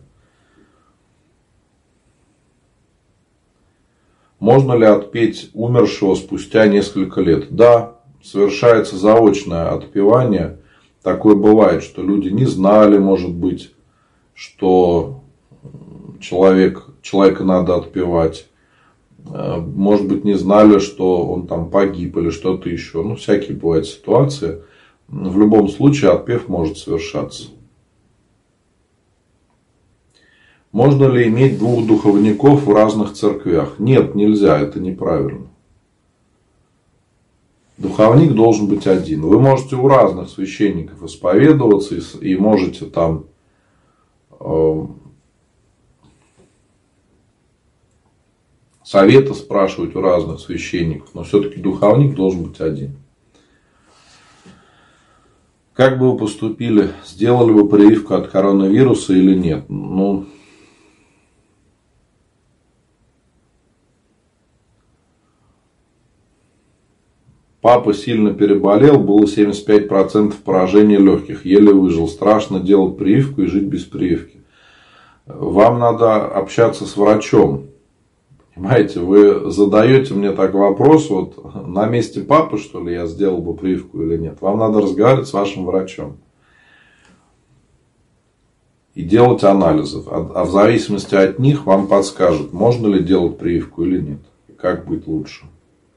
Можно ли отпеть умершего спустя несколько лет? Да, совершается заочное отпевание. Такое бывает, что люди не знали, может быть, что человека надо отпевать. Может быть, не знали, что он там погиб или что-то еще. Ну, всякие бывают ситуации. В любом случае, отпев может совершаться. Можно ли иметь двух духовников в разных церквях? Нет, нельзя, это неправильно. Духовник должен быть один. Вы можете у разных священников исповедоваться и можете там совета спрашивать у разных священников, но все-таки духовник должен быть один. Как бы вы поступили? Сделали бы прививку от коронавируса или нет? Ну, папа сильно переболел, было 75% поражения легких, еле выжил. Страшно делать прививку и жить без прививки. Вам надо общаться с врачом. Понимаете, вы задаете мне так вопрос, вот на месте папы, что ли, я сделал бы прививку или нет. Вам надо разговаривать с вашим врачом. И делать анализы. А в зависимости от них вам подскажут, можно ли делать прививку или нет. И как быть лучше.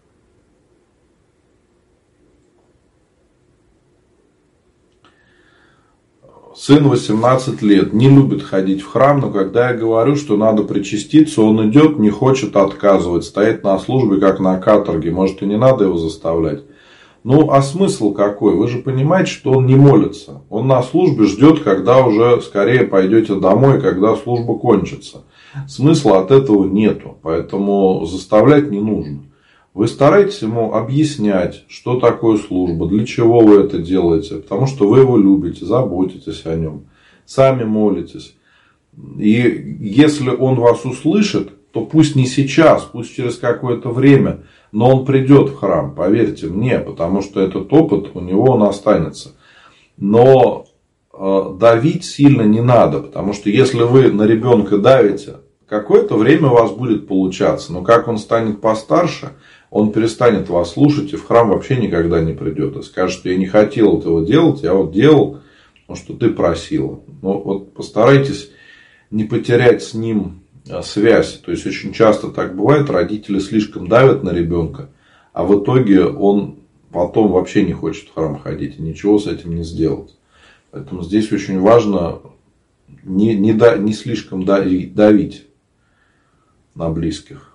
Сын 18 лет, не любит ходить в храм, но когда я говорю, что надо причаститься, он идет, не хочет отказывать, стоит на службе, как на каторге. Может, и не надо его заставлять. Ну, а смысл какой? Вы же понимаете, что он не молится. Он на службе ждет, когда уже скорее пойдете домой, когда служба кончится. Смысла от этого нету, поэтому заставлять не нужно. Вы стараетесь ему объяснять, что такое служба, для чего вы это делаете. Потому что вы его любите, заботитесь о нем, сами молитесь. И если он вас услышит, то пусть не сейчас, пусть через какое-то время, но он придет в храм, поверьте мне, потому что этот опыт у него он останется. Но давить сильно не надо. Потому что если вы на ребенка давите, какое-то время у вас будет получаться. Но как он станет постарше, он перестанет вас слушать и в храм вообще никогда не придет. И скажет, что я не хотел этого делать, я вот делал, потому что ты просила. Но вот постарайтесь не потерять с ним связь. То есть очень часто так бывает, родители слишком давят на ребенка, а в итоге он потом вообще не хочет в храм ходить и ничего с этим не сделать. Поэтому здесь очень важно не слишком давить на близких.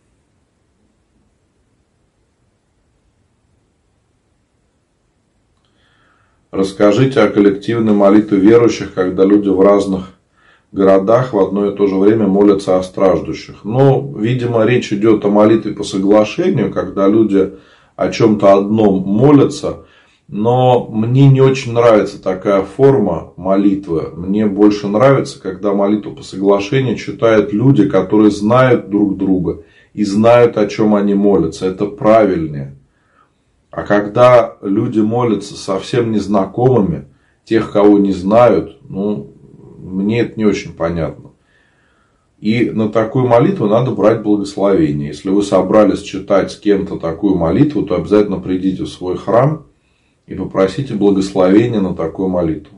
Расскажите о коллективной молитве верующих, когда люди в разных городах в одно и то же время молятся о страждущих. Но, видимо, речь идет о молитве по соглашению, когда люди о чем-то одном молятся. Но мне не очень нравится такая форма молитвы. Мне больше нравится, когда молитву по соглашению читают люди, которые знают друг друга и знают, о чем они молятся. Это правильнее. А когда люди молятся совсем незнакомыми, тех, кого не знают, мне это не очень понятно. И на такую молитву надо брать благословение. Если вы собрались читать с кем-то такую молитву, то обязательно придите в свой храм и попросите благословения на такую молитву.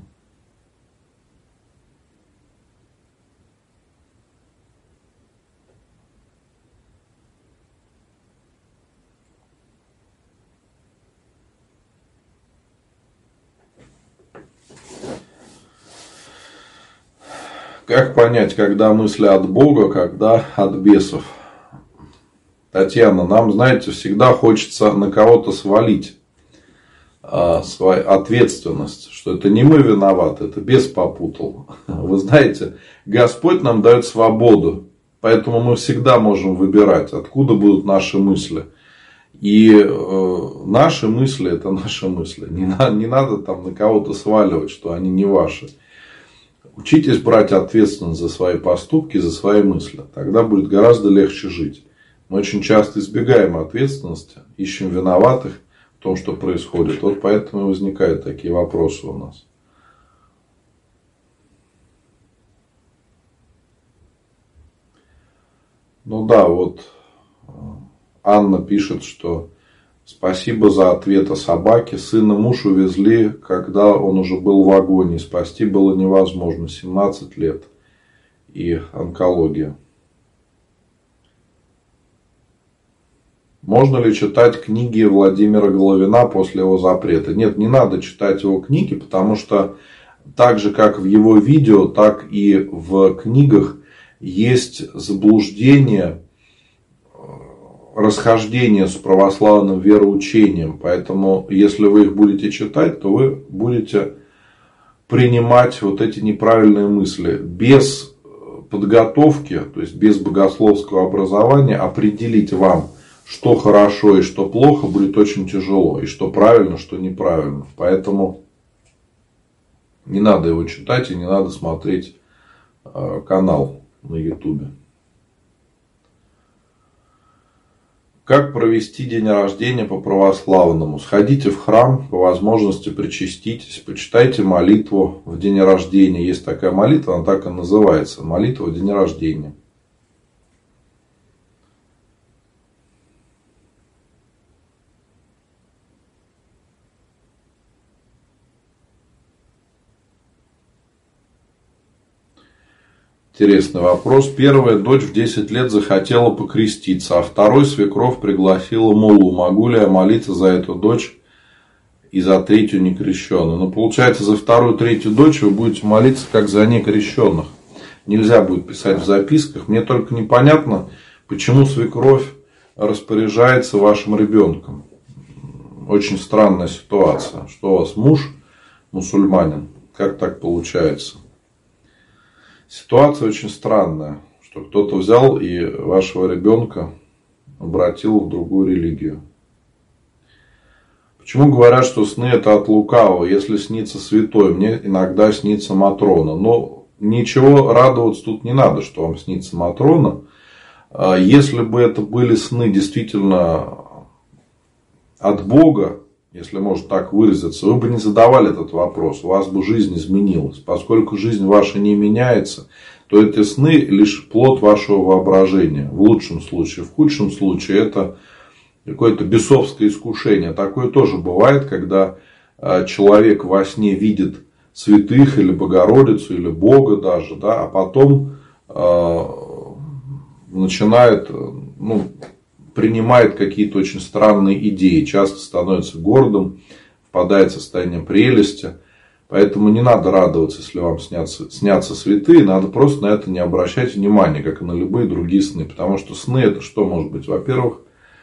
Как понять, когда мысли от Бога, когда от бесов? Татьяна, нам, знаете, всегда хочется на кого-то свалить свою ответственность, что это не мы виноваты, это бес попутал. Вы знаете, Господь нам дает свободу, поэтому мы всегда можем выбирать, откуда будут наши мысли. И наши мысли это наши мысли. Не надо там на кого-то сваливать, что они не ваши. Учитесь брать ответственность за свои поступки, за свои мысли. Тогда будет гораздо легче жить. Мы очень часто избегаем ответственности, ищем виноватых в том, что происходит. Вот поэтому и возникают такие вопросы у нас. Вот Анна пишет, что спасибо за ответ о собаке. Сына муж увезли, когда он уже был в агонии. Спасти было невозможно. 17 лет. И онкология. Можно ли читать книги Владимира Головина после его запрета? Нет, не надо читать его книги, потому что так же, как в его видео, так и в книгах есть заблуждение, расхождение с православным вероучением. Поэтому, если вы их будете читать, то вы будете принимать вот эти неправильные мысли. Без подготовки, то есть без богословского образования, определить вам, что хорошо и что плохо, будет очень тяжело. И что правильно, что неправильно. Поэтому не надо его читать и не надо смотреть канал на YouTube. Как провести день рождения по православному? Сходите в храм, по возможности причаститесь, почитайте молитву в день рождения. Есть такая молитва, она так и называется. Молитва в день рождения. Интересный вопрос. Первая дочь в 10 лет захотела покреститься, а второй свекровь пригласила муллу. Могу ли я молиться за эту дочь и за третью некрещенную? Получается, за вторую, третью дочь вы будете молиться как за некрещенных. Нельзя будет писать в записках. Мне только непонятно, почему свекровь распоряжается вашим ребенком. Очень странная ситуация. Что у вас муж мусульманин? Как так получается? Ситуация очень странная, что кто-то взял и вашего ребенка обратил в другую религию. Почему говорят, что сны это от лукавого? Если снится святой, мне иногда снится Матрона. Но ничего радоваться тут не надо, что вам снится Матрона. Если бы это были сны действительно от Бога, если можно так выразиться, вы бы не задавали этот вопрос, у вас бы жизнь изменилась. Поскольку жизнь ваша не меняется, то эти сны лишь плод вашего воображения. В лучшем случае. В худшем случае это какое-то бесовское искушение. Такое тоже бывает, когда человек во сне видит святых или Богородицу, или Бога даже, да, а потом начинает, принимает какие-то очень странные идеи, часто становится гордым, впадает в состояние прелести. Поэтому не надо радоваться, если вам снятся святые, надо просто на это не обращать внимания, как и на любые другие сны. Потому что сны это что может быть? Во-первых,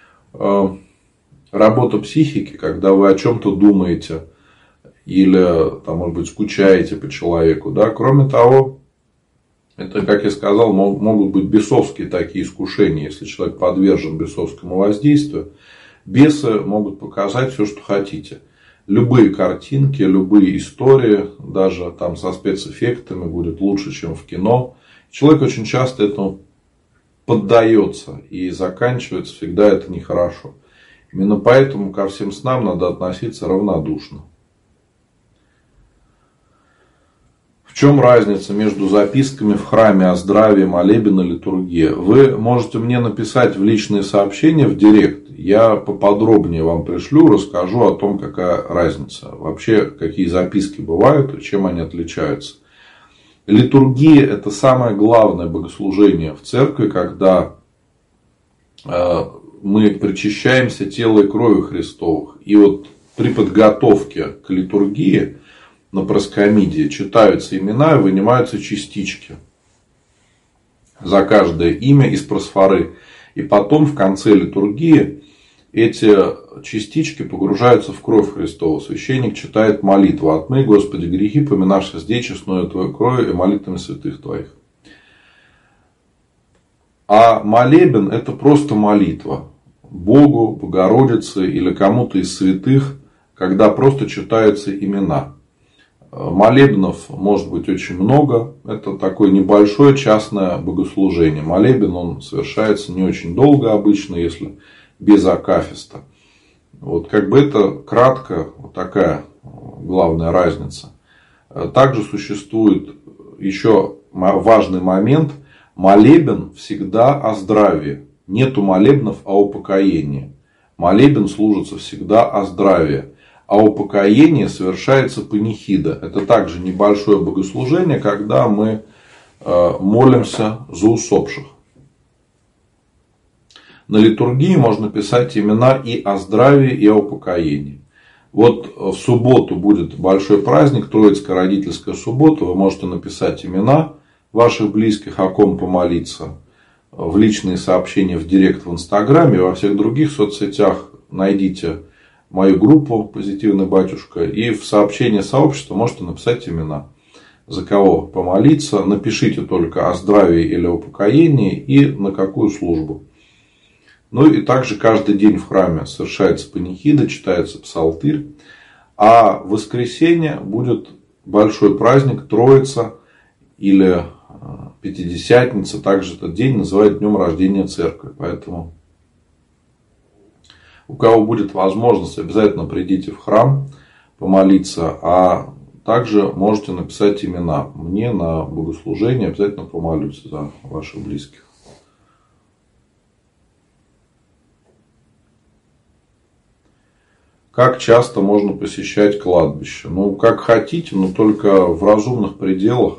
работа психики, когда вы о чем-то думаете или, там, может быть, скучаете по человеку. Да? Кроме того, это, как я сказал, могут быть бесовские такие искушения. Если человек подвержен бесовскому воздействию, бесы могут показать все, что хотите. Любые картинки, любые истории, даже там со спецэффектами, будет лучше, чем в кино. Человек очень часто этому поддается, и заканчивается всегда это нехорошо. Именно поэтому ко всем снам надо относиться равнодушно. В чем разница между записками в храме о здравии, молебен и литургии? Вы можете мне написать в личные сообщения в директ. Я поподробнее вам пришлю, расскажу о том, какая разница. Вообще, какие записки бывают и чем они отличаются. Литургия – это самое главное богослужение в церкви, когда мы причащаемся телом и кровью Христовых. И вот при подготовке к литургии на проскомидии читаются имена и вынимаются частички за каждое имя из просфоры. И потом в конце литургии эти частички погружаются в кровь Христову. Священник читает молитву: «Отмой, Господи, грехи, поминавши здесь честную Твою кровью и молитвами святых Твоих». А молебен – это просто молитва Богу, Богородице или кому-то из святых, когда просто читаются имена. Молебнов может быть очень много. Это такое небольшое частное богослужение. Молебен он совершается не очень долго обычно, если без акафиста. Вот как бы это кратко, вот такая главная разница. Также существует еще важный момент. Молебен всегда о здравии. Нету молебнов о упокоении. Молебен служится всегда о здравии. А упокоение совершается панихида. Это также небольшое богослужение, когда мы молимся за усопших. На литургии можно писать имена и о здравии, и о упокоении. Вот в субботу будет большой праздник, Троицкая родительская суббота. Вы можете написать имена ваших близких, о ком помолиться, в личные сообщения в директ в Инстаграме, во всех других соцсетях найдите мою группу «Позитивный батюшка», и в сообщении сообщества можете написать имена, за кого помолиться. Напишите только о здравии или упокоении и на какую службу. Ну и также каждый день в храме совершается панихида, читается псалтырь. А в воскресенье будет большой праздник Троица или Пятидесятница. Также этот день называют днем рождения церкви. Поэтому у кого будет возможность, обязательно придите в храм помолиться. А также можете написать имена мне на богослужение. Обязательно помолюсь за ваших близких. Как часто можно посещать кладбище? Ну, как хотите, но только в разумных пределах.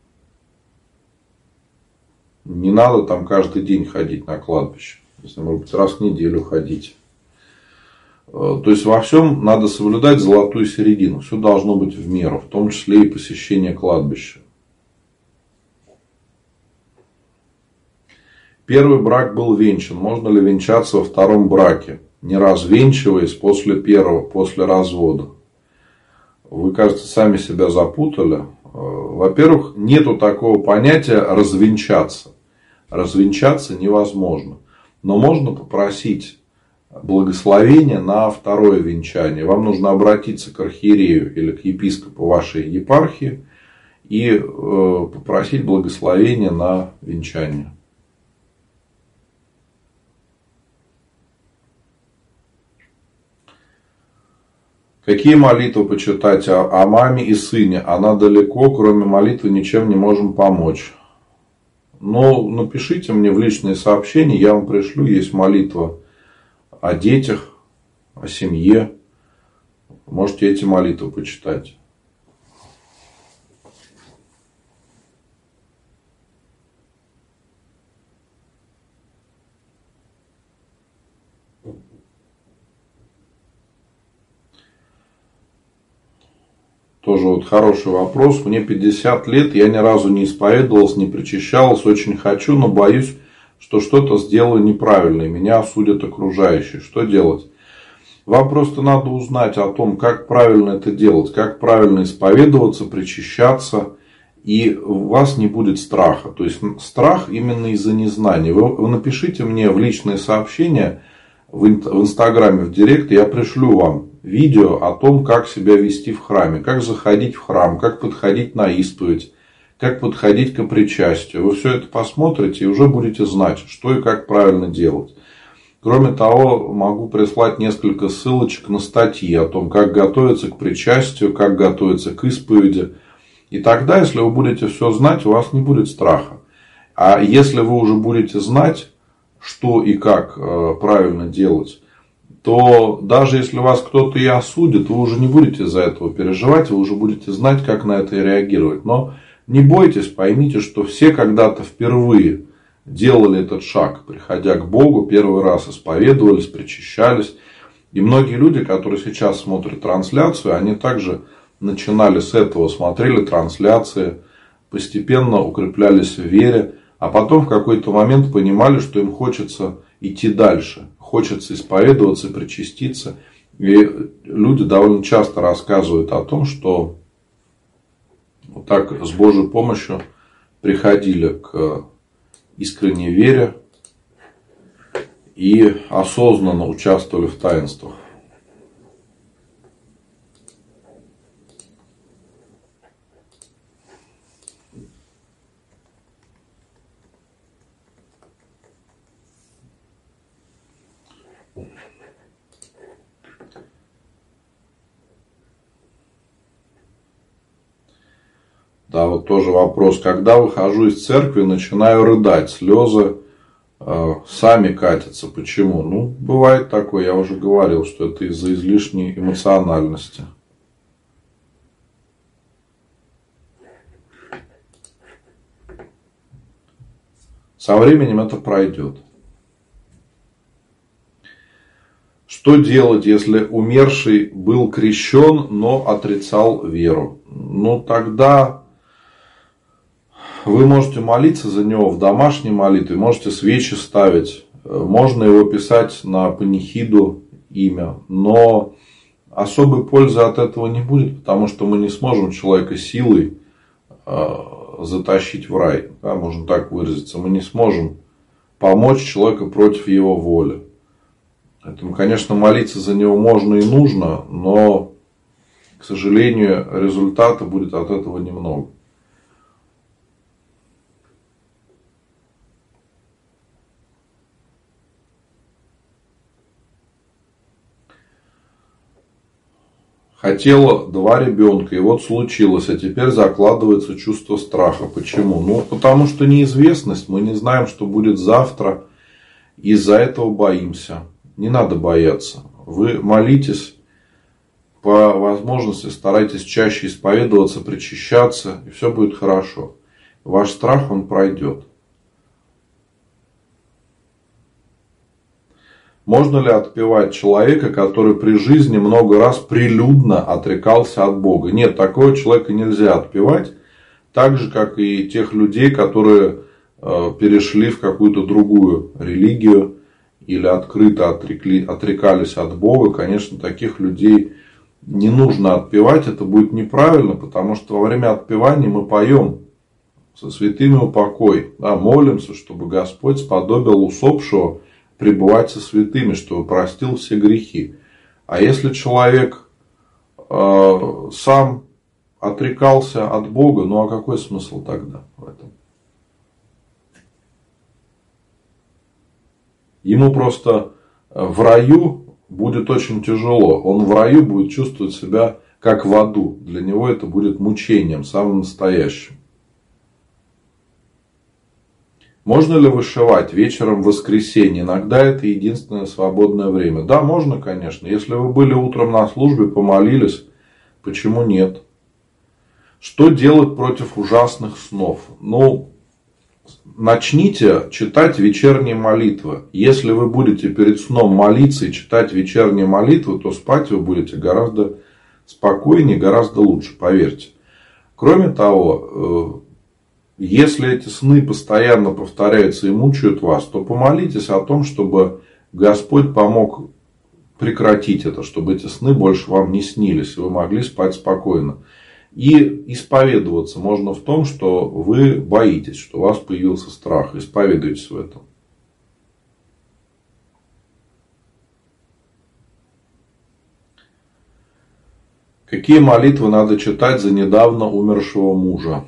Не надо там каждый день ходить на кладбище. Если, может быть, раз в неделю ходить. То есть, во всем надо соблюдать золотую середину. Все должно быть в меру. В том числе и посещение кладбища. Первый брак был венчан. Можно ли венчаться во втором браке, не развенчиваясь после первого, после развода? Вы, кажется, сами себя запутали. Во-первых, нету такого понятия развенчаться. Развенчаться невозможно. Но можно попросить благословения на второе венчание. Вам нужно обратиться к архиерею или к епископу вашей епархии и попросить благословения на венчание. Какие молитвы почитать о маме и сыне? Она далеко, кроме молитвы ничем не можем помочь. Но напишите мне в личные сообщения, я вам пришлю. Есть молитва о детях, о семье. Можете эти молитвы почитать. Тоже вот хороший вопрос. Мне 50 лет, я ни разу не исповедовался, не причащался. Очень хочу, но боюсь, что что-то сделаю неправильно, и меня осудят окружающие. Что делать? Вам просто надо узнать о том, как правильно это делать, как правильно исповедоваться, причащаться, и у вас не будет страха. То есть страх именно из-за незнания. Вы напишите мне в личные сообщения в Инстаграме, в Директ, я пришлю вам видео о том, как себя вести в храме, как заходить в храм, как подходить на исповедь, как подходить к причастию. Вы все это посмотрите и уже будете знать, что и как правильно делать. Кроме того, могу прислать несколько ссылочек на статьи о том, как готовиться к причастию, как готовиться к исповеди. И тогда, если вы будете все знать, у вас не будет страха. А если вы уже будете знать, что и как правильно делать, то даже если вас кто-то и осудит, вы уже не будете из-за этого переживать, вы уже будете знать, как на это реагировать. Но не бойтесь, поймите, что все когда-то впервые делали этот шаг, приходя к Богу, первый раз исповедовались, причащались. И многие люди, которые сейчас смотрят трансляцию, они также начинали с этого, смотрели трансляции, постепенно укреплялись в вере, а потом в какой-то момент понимали, что им хочется идти дальше, хочется исповедоваться, причаститься. И люди довольно часто рассказывают о том, что вот так с Божьей помощью приходили к искренней вере и осознанно участвовали в таинствах. Да, вот тоже вопрос. Когда выхожу из церкви, начинаю рыдать. Слезы сами катятся. Почему? Ну, бывает такое. Я уже говорил, что это из-за излишней эмоциональности. Со временем это пройдет. Что делать, если умерший был крещен, но отрицал веру? Ну, тогда вы можете молиться за него в домашней молитве, можете свечи ставить, можно его писать на панихиду имя, но особой пользы от этого не будет, потому что мы не сможем человека силой затащить в рай, да, можно так выразиться, мы не сможем помочь человеку против его воли. Поэтому, конечно, молиться за него можно и нужно, но, к сожалению, результата будет от этого немного. Хотела 2 ребенка, и вот случилось, а теперь закладывается чувство страха. Почему? Ну, потому что неизвестность, мы не знаем, что будет завтра, из-за этого боимся. Не надо бояться. Вы молитесь, по возможности старайтесь чаще исповедоваться, причащаться, и все будет хорошо. Ваш страх, он пройдет. Можно ли отпевать человека, который при жизни много раз прилюдно отрекался от Бога? Нет, такого человека нельзя отпевать. Так же, как и тех людей, которые перешли в какую-то другую религию или открыто отрекались от Бога. Конечно, таких людей не нужно отпевать. Это будет неправильно, потому что во время отпевания мы поем со святыми упокой. Да, молимся, чтобы Господь сподобил усопшего пребывать со святыми, чтобы простил все грехи. А если человек сам отрекался от Бога, ну а какой смысл тогда в этом? Ему просто в раю будет очень тяжело. Он в раю будет чувствовать себя как в аду. Для него это будет мучением, самым настоящим. Можно ли вышивать вечером в воскресенье? Иногда это единственное свободное время. Да, можно, конечно. Если вы были утром на службе, помолились, почему нет? Что делать против ужасных снов? Ну, начните читать вечерние молитвы. Если вы будете перед сном молиться и читать вечерние молитвы, то спать вы будете гораздо спокойнее, гораздо лучше, поверьте. Кроме того, если эти сны постоянно повторяются и мучают вас, то помолитесь о том, чтобы Господь помог прекратить это, чтобы эти сны больше вам не снились, и вы могли спать спокойно. И исповедоваться можно в том, что вы боитесь, что у вас появился страх. Исповедуйтесь в этом. Какие молитвы надо читать за недавно умершего мужа?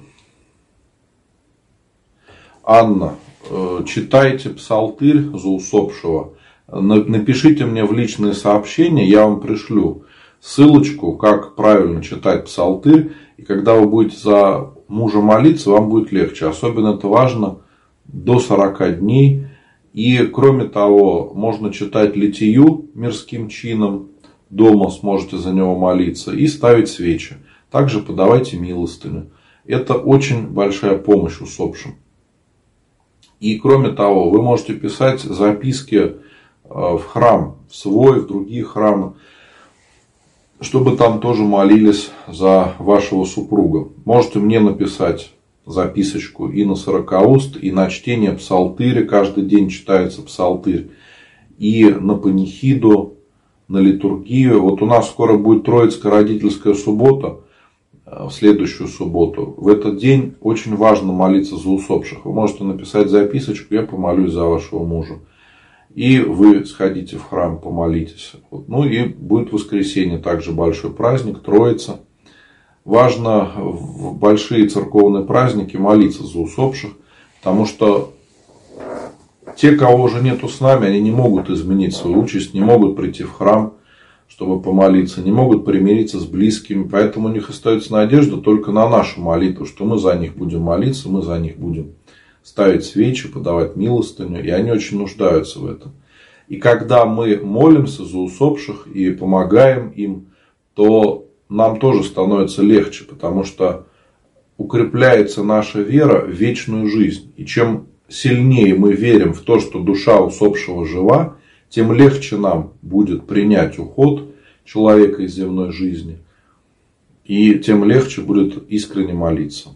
Анна, читайте псалтырь за усопшего. Напишите мне в личные сообщения, я вам пришлю ссылочку, как правильно читать псалтырь. И когда вы будете за мужа молиться, вам будет легче. Особенно это важно до 40 дней. И кроме того, можно читать литию мирским чином. Дома сможете за него молиться и ставить свечи. Также подавайте милостыню. Это очень большая помощь усопшим. И кроме того, вы можете писать записки в храм, в свой, в другие храмы, чтобы там тоже молились за вашего супруга. Можете мне написать записочку и на 40 уст, и на чтение псалтыря. Каждый день читается псалтырь. И на панихиду, на литургию. Вот у нас скоро будет Троицкая родительская суббота. В следующую субботу. В этот день очень важно молиться за усопших. Вы можете написать записочку, я помолюсь за вашего мужа. И вы сходите в храм, помолитесь. Ну и будет воскресенье, также большой праздник, Троица. Важно в большие церковные праздники молиться за усопших, потому что те, кого уже нету с нами, они не могут изменить свою участь, не могут прийти в храм, чтобы помолиться, не могут примириться с близкими. Поэтому у них остается надежда только на нашу молитву, что мы за них будем молиться, мы за них будем ставить свечи, подавать милостыню. И они очень нуждаются в этом. И когда мы молимся за усопших и помогаем им, то нам тоже становится легче, потому что укрепляется наша вера в вечную жизнь. И чем сильнее мы верим в то, что душа усопшего жива, тем легче нам будет принять уход человека из земной жизни. И тем легче будет искренне молиться.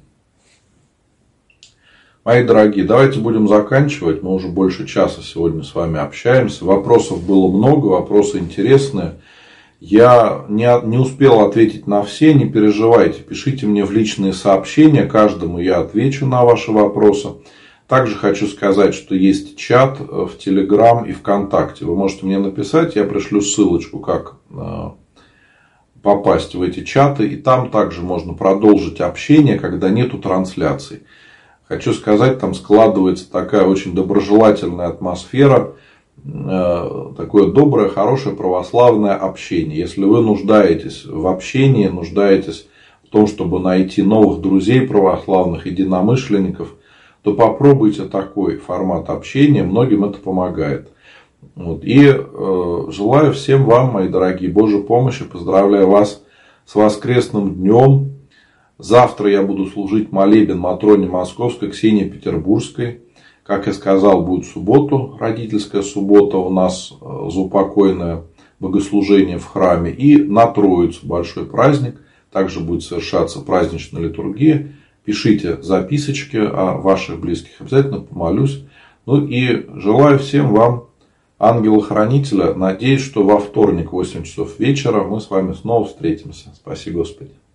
Мои дорогие, давайте будем заканчивать. Мы уже больше часа сегодня с вами общаемся. Вопросов было много, вопросы интересные. Я не успел ответить на все, не переживайте. Пишите мне в личные сообщения, каждому я отвечу на ваши вопросы. Также хочу сказать, что есть чат в Telegram и ВКонтакте. Вы можете мне написать, я пришлю ссылочку, как попасть в эти чаты. И там также можно продолжить общение, когда нету трансляций. Хочу сказать, там складывается такая очень доброжелательная атмосфера, такое доброе, хорошее православное общение. Если вы нуждаетесь в общении, нуждаетесь в том, чтобы найти новых друзей православных, единомышленников, то попробуйте такой формат общения, многим это помогает. И желаю всем вам, мои дорогие, Божьей помощи, поздравляю вас с воскресным днем. Завтра я буду служить молебен Матроне Московской, Ксении Петербургской. Как я сказал, будет в субботу, родительская суббота у нас заупокойное богослужение в храме. И на Троицу большой праздник. Также будет совершаться праздничная литургия. Пишите записочки о ваших близких, обязательно помолюсь. И желаю всем вам ангела-хранителя. Надеюсь, что во вторник в 8 часов вечера мы с вами снова встретимся. Спаси Господи.